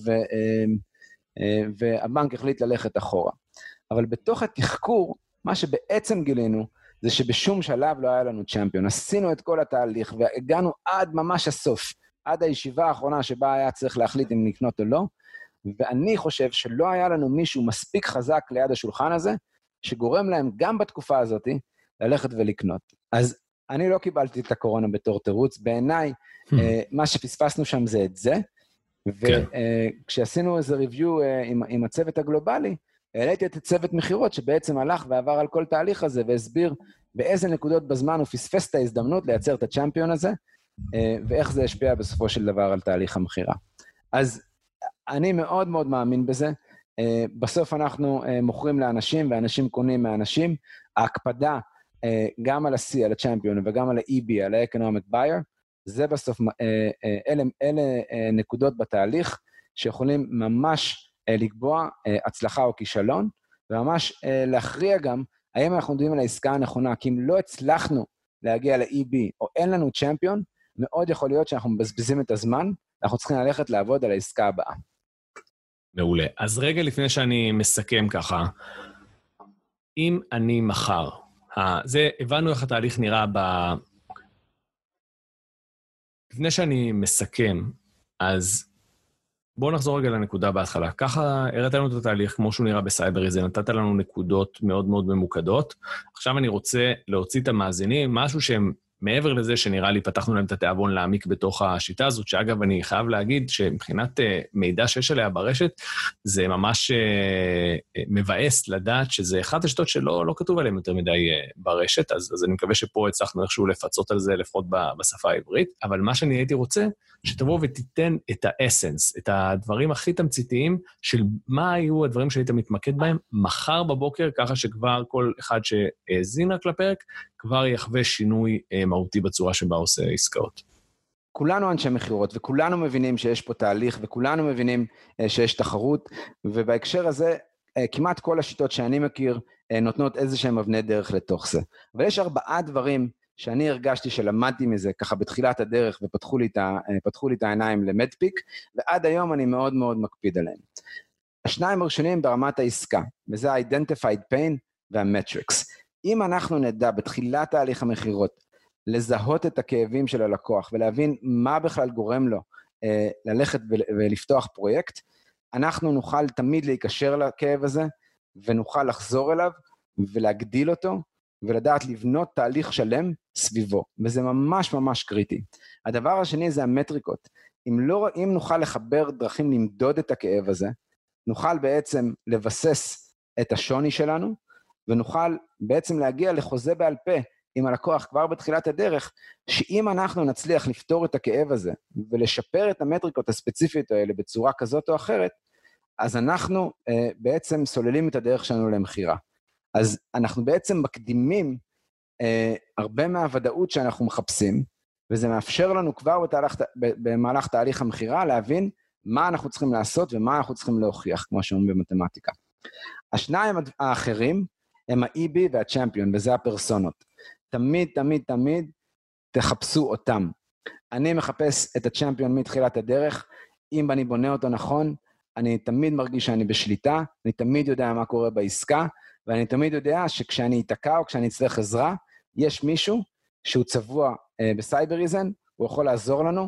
והבנק החליט ללכת אחורה. אבל בתוך התחקור, מה שבעצם גילינו, זה שבשום שלב לא היה לנו צ'מפיון. עשינו את כל התהליך, והגענו עד ממש הסוף, עד הישיבה האחרונה שבה היה צריך להחליט אם לקנות או לא, ואני חושב שלא היה לנו מישהו מספיק חזק ליד השולחן הזה, שגורם להם גם בתקופה הזאת ללכת ולקנות. אז אני לא קיבלתי את הקורונה בתור תירוץ, בעיניי מה שפספסנו שם זה את זה, וכשעשינו איזה ריוויו עם הצוות הגלובלי, העליתי את הצוות מחירות שבעצם הלך ועבר על כל תהליך הזה, והסביר באיזה נקודות בזמן הוא פספס את ההזדמנות לייצר את הצ'מפיון הזה, ואיך זה השפיע בסופו של דבר על תהליך המחירה. אז אני מאוד מאוד מאמין בזה, בסוף אנחנו מוכרים לאנשים, ואנשים קונים מאנשים, ההקפדה גם על ה-C, על הצ'מפיון, וגם על ה-EB, על ה-Economic Buyer, זה בסוף, אלה נקודות בתהליך שיכולים ממש לקבוע הצלחה או כישלון, וממש להכריע גם האם אנחנו עומדים על העסקה הנכונה, כי אם לא הצלחנו להגיע ל-EB או אין לנו צ'מפיון, מאוד יכול להיות שאנחנו מבזבזים את הזמן, אנחנו צריכים ללכת לעבוד על העסקה הבאה. מעולה. אז רגע לפני שאני מסכם ככה, אם אני מחר, זה, הבנו איך התהליך נראה לפני שאני מסכם, אז בואו נחזור רגע לנקודה בהתחלה. ככה הראת לנו את התהליך כמו שהוא נראה בסייבריזן, נתת לנו נקודות מאוד מאוד ממוקדות. עכשיו אני רוצה להוציא את המאזינים, משהו שהם מעבר לזה שנראה לי פתחנו להם את התיאבון להעמיק בתוך השיטה הזאת, שאגב אני חייב להגיד שמבחינת מידע שיש עליה ברשת, זה ממש מבאס לדעת שזה אחת השיטות שלא כתוב עליהם יותר מדי ברשת, אז אני מקווה שפה הצלחנו איכשהו לפצות על זה, לפחות בשפה העברית, אבל מה שאני הייתי רוצה, שתבוא ותיתן את האסנס, את הדברים הכי תמציתיים של מה היו הדברים שהיית מתמקד בהם מחר בבוקר, ככה שכבר כל אחד שהאזין רק לפרק, כבר יחווה שינוי מהותי בצורה שבה עושה עסקאות. כולנו אנשי מחירות, וכולנו מבינים שיש פה תהליך, וכולנו מבינים שיש תחרות, ובהקשר הזה, כמעט כל השיטות שאני מכיר, נותנות איזשהם אבני דרך לתוך זה. אבל יש 4 דברים שאני הרגשתי שלמדתי מזה, ככה בתחילת הדרך, ופתחו לי את העיניים למדפיק, ועד היום אני מאוד מאוד מקפיד עליהם. 2 הראשונים ברמת העסקה, וזה ה-Identified Pain וה-Metrics. אם אנחנו נדע בתחילת תהליך המחירות, לזהות את הכאבים של הלקוח, ולהבין מה בכלל גורם לו ללכת ולפתוח פרויקט, אנחנו נוכל תמיד להיקשר לכאב הזה, ונוכל לחזור אליו, ולהגדיל אותו, ולדעת לבנות תהליך שלם סביבו, וזה ממש ממש קריטי. הדבר השני זה המטריקות. אם נוכל לחבר דרכים למדוד את הכאב הזה, נוכל בעצם לבסס את השוני שלנו, ונוכל בעצם להגיע לחוזה בעל פה עם הלקוח כבר בתחילת הדרך, שאם אנחנו נצליח לפתור את הכאב הזה, ולשפר את המטריקות הספציפיות האלה בצורה כזאת או אחרת, אז אנחנו בעצם סוללים את הדרך שלנו למחירה. אז אנחנו בעצם מקדימים הרבה מהוודאות שאנחנו מחפשים, וזה מאפשר לנו כבר במהלך תהליך המחירה להבין מה אנחנו צריכים לעשות ומה אנחנו צריכים להוכיח, כמו שאומרים במתמטיקה. 2 האחרים הם ה-EB וה-Champion, וזה הפרסונות. תמיד, תמיד, תמיד תחפשו אותם. אני מחפש את ה-Champion מתחילת הדרך, אם אני בונה אותו נכון, אני תמיד מרגיש שאני בשליטה, אני תמיד יודע מה קורה בעסקה, ואני תמיד יודע שכשאני אתקע או כשאני אצטרך עזרה, יש מישהו שהוא צבוע בסייבריזן, הוא יכול לעזור לנו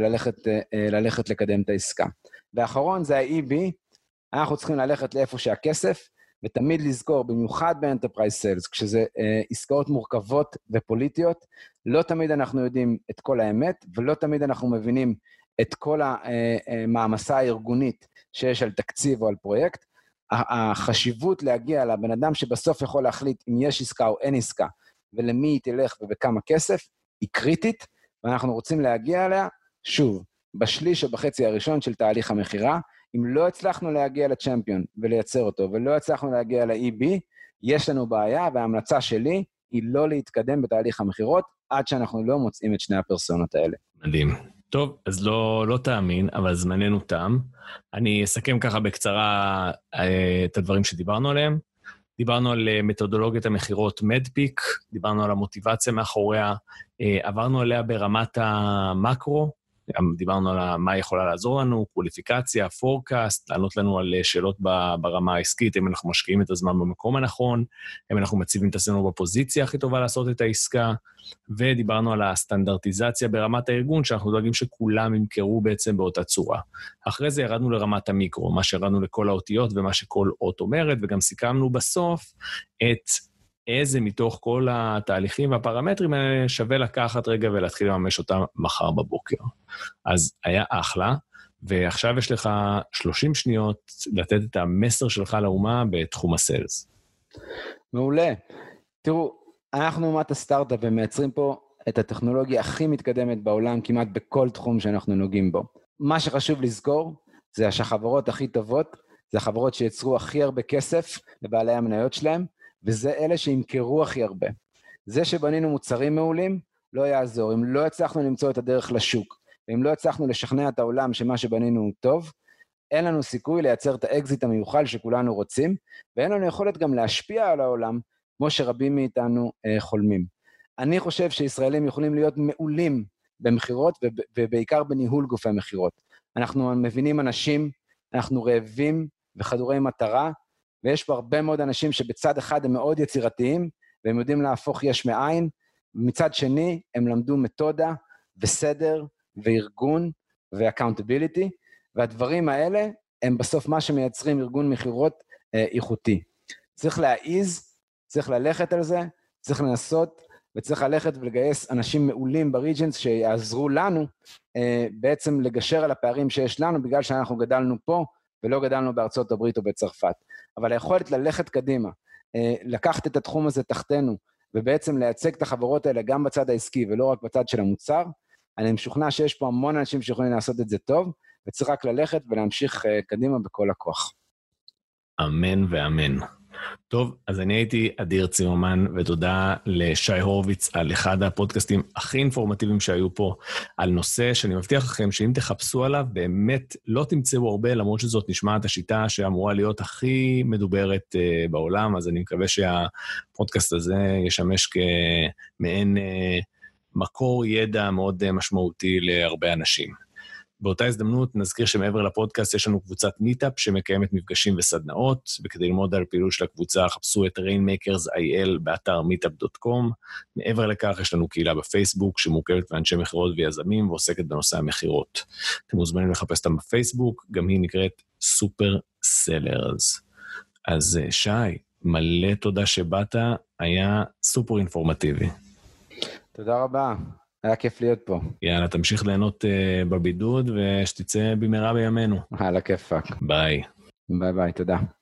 ללכת לקדם את העסקה. והאחרון זה ה-EB, אנחנו צריכים ללכת לאיפה שהכסף, ותמיד לזכור, במיוחד באנטרפרייז סיילס, כשזה עסקאות מורכבות ופוליטיות, לא תמיד אנחנו יודעים את כל האמת, ולא תמיד אנחנו מבינים את כל המעמסה הארגונית שיש על תקציב או על פרויקט. החשיבות להגיע לבן אדם שבסוף יכול להחליט אם יש עסקה או אין עסקה, ולמי היא תלך ובכמה כסף, היא קריטית, ואנחנו רוצים להגיע אליה, שוב, בשליש או בחצי הראשון של תהליך המחירה. אם לא הצלחנו להגיע לצ'מפיון ולייצר אותו, ולא הצלחנו להגיע ל-EB, יש לנו בעיה, וההמלצה שלי היא לא להתקדם בתהליך המחירות, עד שאנחנו לא מוצאים את 2 הפרסונות האלה. מדהים. טוב, אז לא תאמין, אבל זמננו תם. אני אסכם ככה בקצרה את הדברים שדיברנו עליהם. דיברנו על מתודולוגיית המחירות מדפיק, דיברנו על המוטיבציה מאחוריה, עברנו עליה ברמת המקרו, דיברנו על מה יכולה לעזור לנו, קוליפיקציה, פורקאסט, לענות לנו על שאלות ברמה העסקית, אם אנחנו משקיעים את הזמן במקום הנכון, אם אנחנו מציבים את עצמנו בפוזיציה הכי טובה לעשות את העסקה, ודיברנו על הסטנדרטיזציה ברמת הארגון, שאנחנו דואגים שכולם ימכרו בעצם באותה צורה. אחרי זה ירדנו לרמת המיקרו, מה שירדנו לכל האותיות ומה שכל אות אומרת, וגם סיכמנו בסוף את איזה מתוך כל התהליכים והפרמטרים האלה שווה לקחת רגע ולהתחיל לממש אותם מחר בבוקר. אז היה אחלה, ועכשיו יש לך 30 שניות לתת את המסר שלך לאומה בתחום הסיילס. מעולה. תראו, אנחנו אומת הסטארט-אפ ומייצרים פה את הטכנולוגיה הכי מתקדמת בעולם, כמעט בכל תחום שאנחנו נוגעים בו. מה שחשוב לזכור, זה שהחברות הכי טובות, זה החברות שיצרו הכי הרבה כסף לבעלי המניות שלהם, וזה אלה שימכרו הכי הרבה. זה שבנינו מוצרים מעולים, לא יעזור, אם לא הצלחנו למצוא את הדרך לשוק, ואם לא הצלחנו לשכנע את העולם שמה שבנינו הוא טוב, אין לנו סיכוי לייצר את האקזיט המיוחל שכולנו רוצים, ואין לנו יכולת גם להשפיע על העולם, כמו שרבים מאיתנו חולמים. אני חושב שישראלים יכולים להיות מעולים במחירות, ובעיקר בניהול גופי מחירות. אנחנו מבינים אנשים, אנחנו רעבים וחדורי מטרה, ויש פה הרבה מאוד אנשים שבצד אחד הם מאוד יצירתיים, והם יודעים להפוך יש מאין, ומצד שני הם למדו מתודה וסדר וארגון ו-accountability, והדברים האלה הם בסוף מה שמייצרים ארגון מחירות איכותי. צריך להעיז, צריך ללכת על זה, צריך לנסות, וצריך ללכת ולגייס אנשים מעולים בריג'נס שיעזרו לנו בעצם לגשר על הפערים שיש לנו, בגלל שאנחנו גדלנו פה ולא גדלנו בארצות הברית או בצרפת. אבל היכולת ללכת קדימה, לקחת את התחום הזה תחתנו, ובעצם לייצג את החברות האלה גם בצד העסקי ולא רק בצד של המוצר, אני משוכנע שיש פה המון אנשים שיכולים לעשות את זה טוב, וצריך רק ללכת ולהמשיך קדימה בכל הכוח. אמן ואמן. טוב, אז אני הייתי אדיר צימרמן, ותודה לשי הורוביץ על אחד הפודקאסטים הכי אינפורמטיביים שהיו פה, על נושא שאני מבטיח לכם שאם תחפשו עליו, באמת לא תמצאו הרבה, למרות שזאת נשמעת השיטה שאמורה להיות הכי מדוברת בעולם, אז אני מקווה שהפודקאסט הזה ישמש כמעין מקור ידע מאוד משמעותי להרבה אנשים. באותה הזדמנות נזכיר שמעבר לפודקאסט יש לנו קבוצת מיטאפ שמקיימת מפגשים וסדנאות, וכדי ללמוד על פעילות של הקבוצה חפשו את Rainmakers.il באתר meetup.com. מעבר לכך יש לנו קהילה בפייסבוק שמורכבת מאנשי מחירות ויזמים ועוסקת בנושא המחירות. אתם מוזמנים לחפש אותם בפייסבוק, גם היא נקראת סופר סלרס. אז שי, מלא תודה שבאת, היה סופר אינפורמטיבי. תודה רבה. היה כיף להיות פה. יאללה, תמשיך ליהנות בבידוד, ושתצא במהרה בימינו. על הכיפק. ביי. ביי ביי, תודה.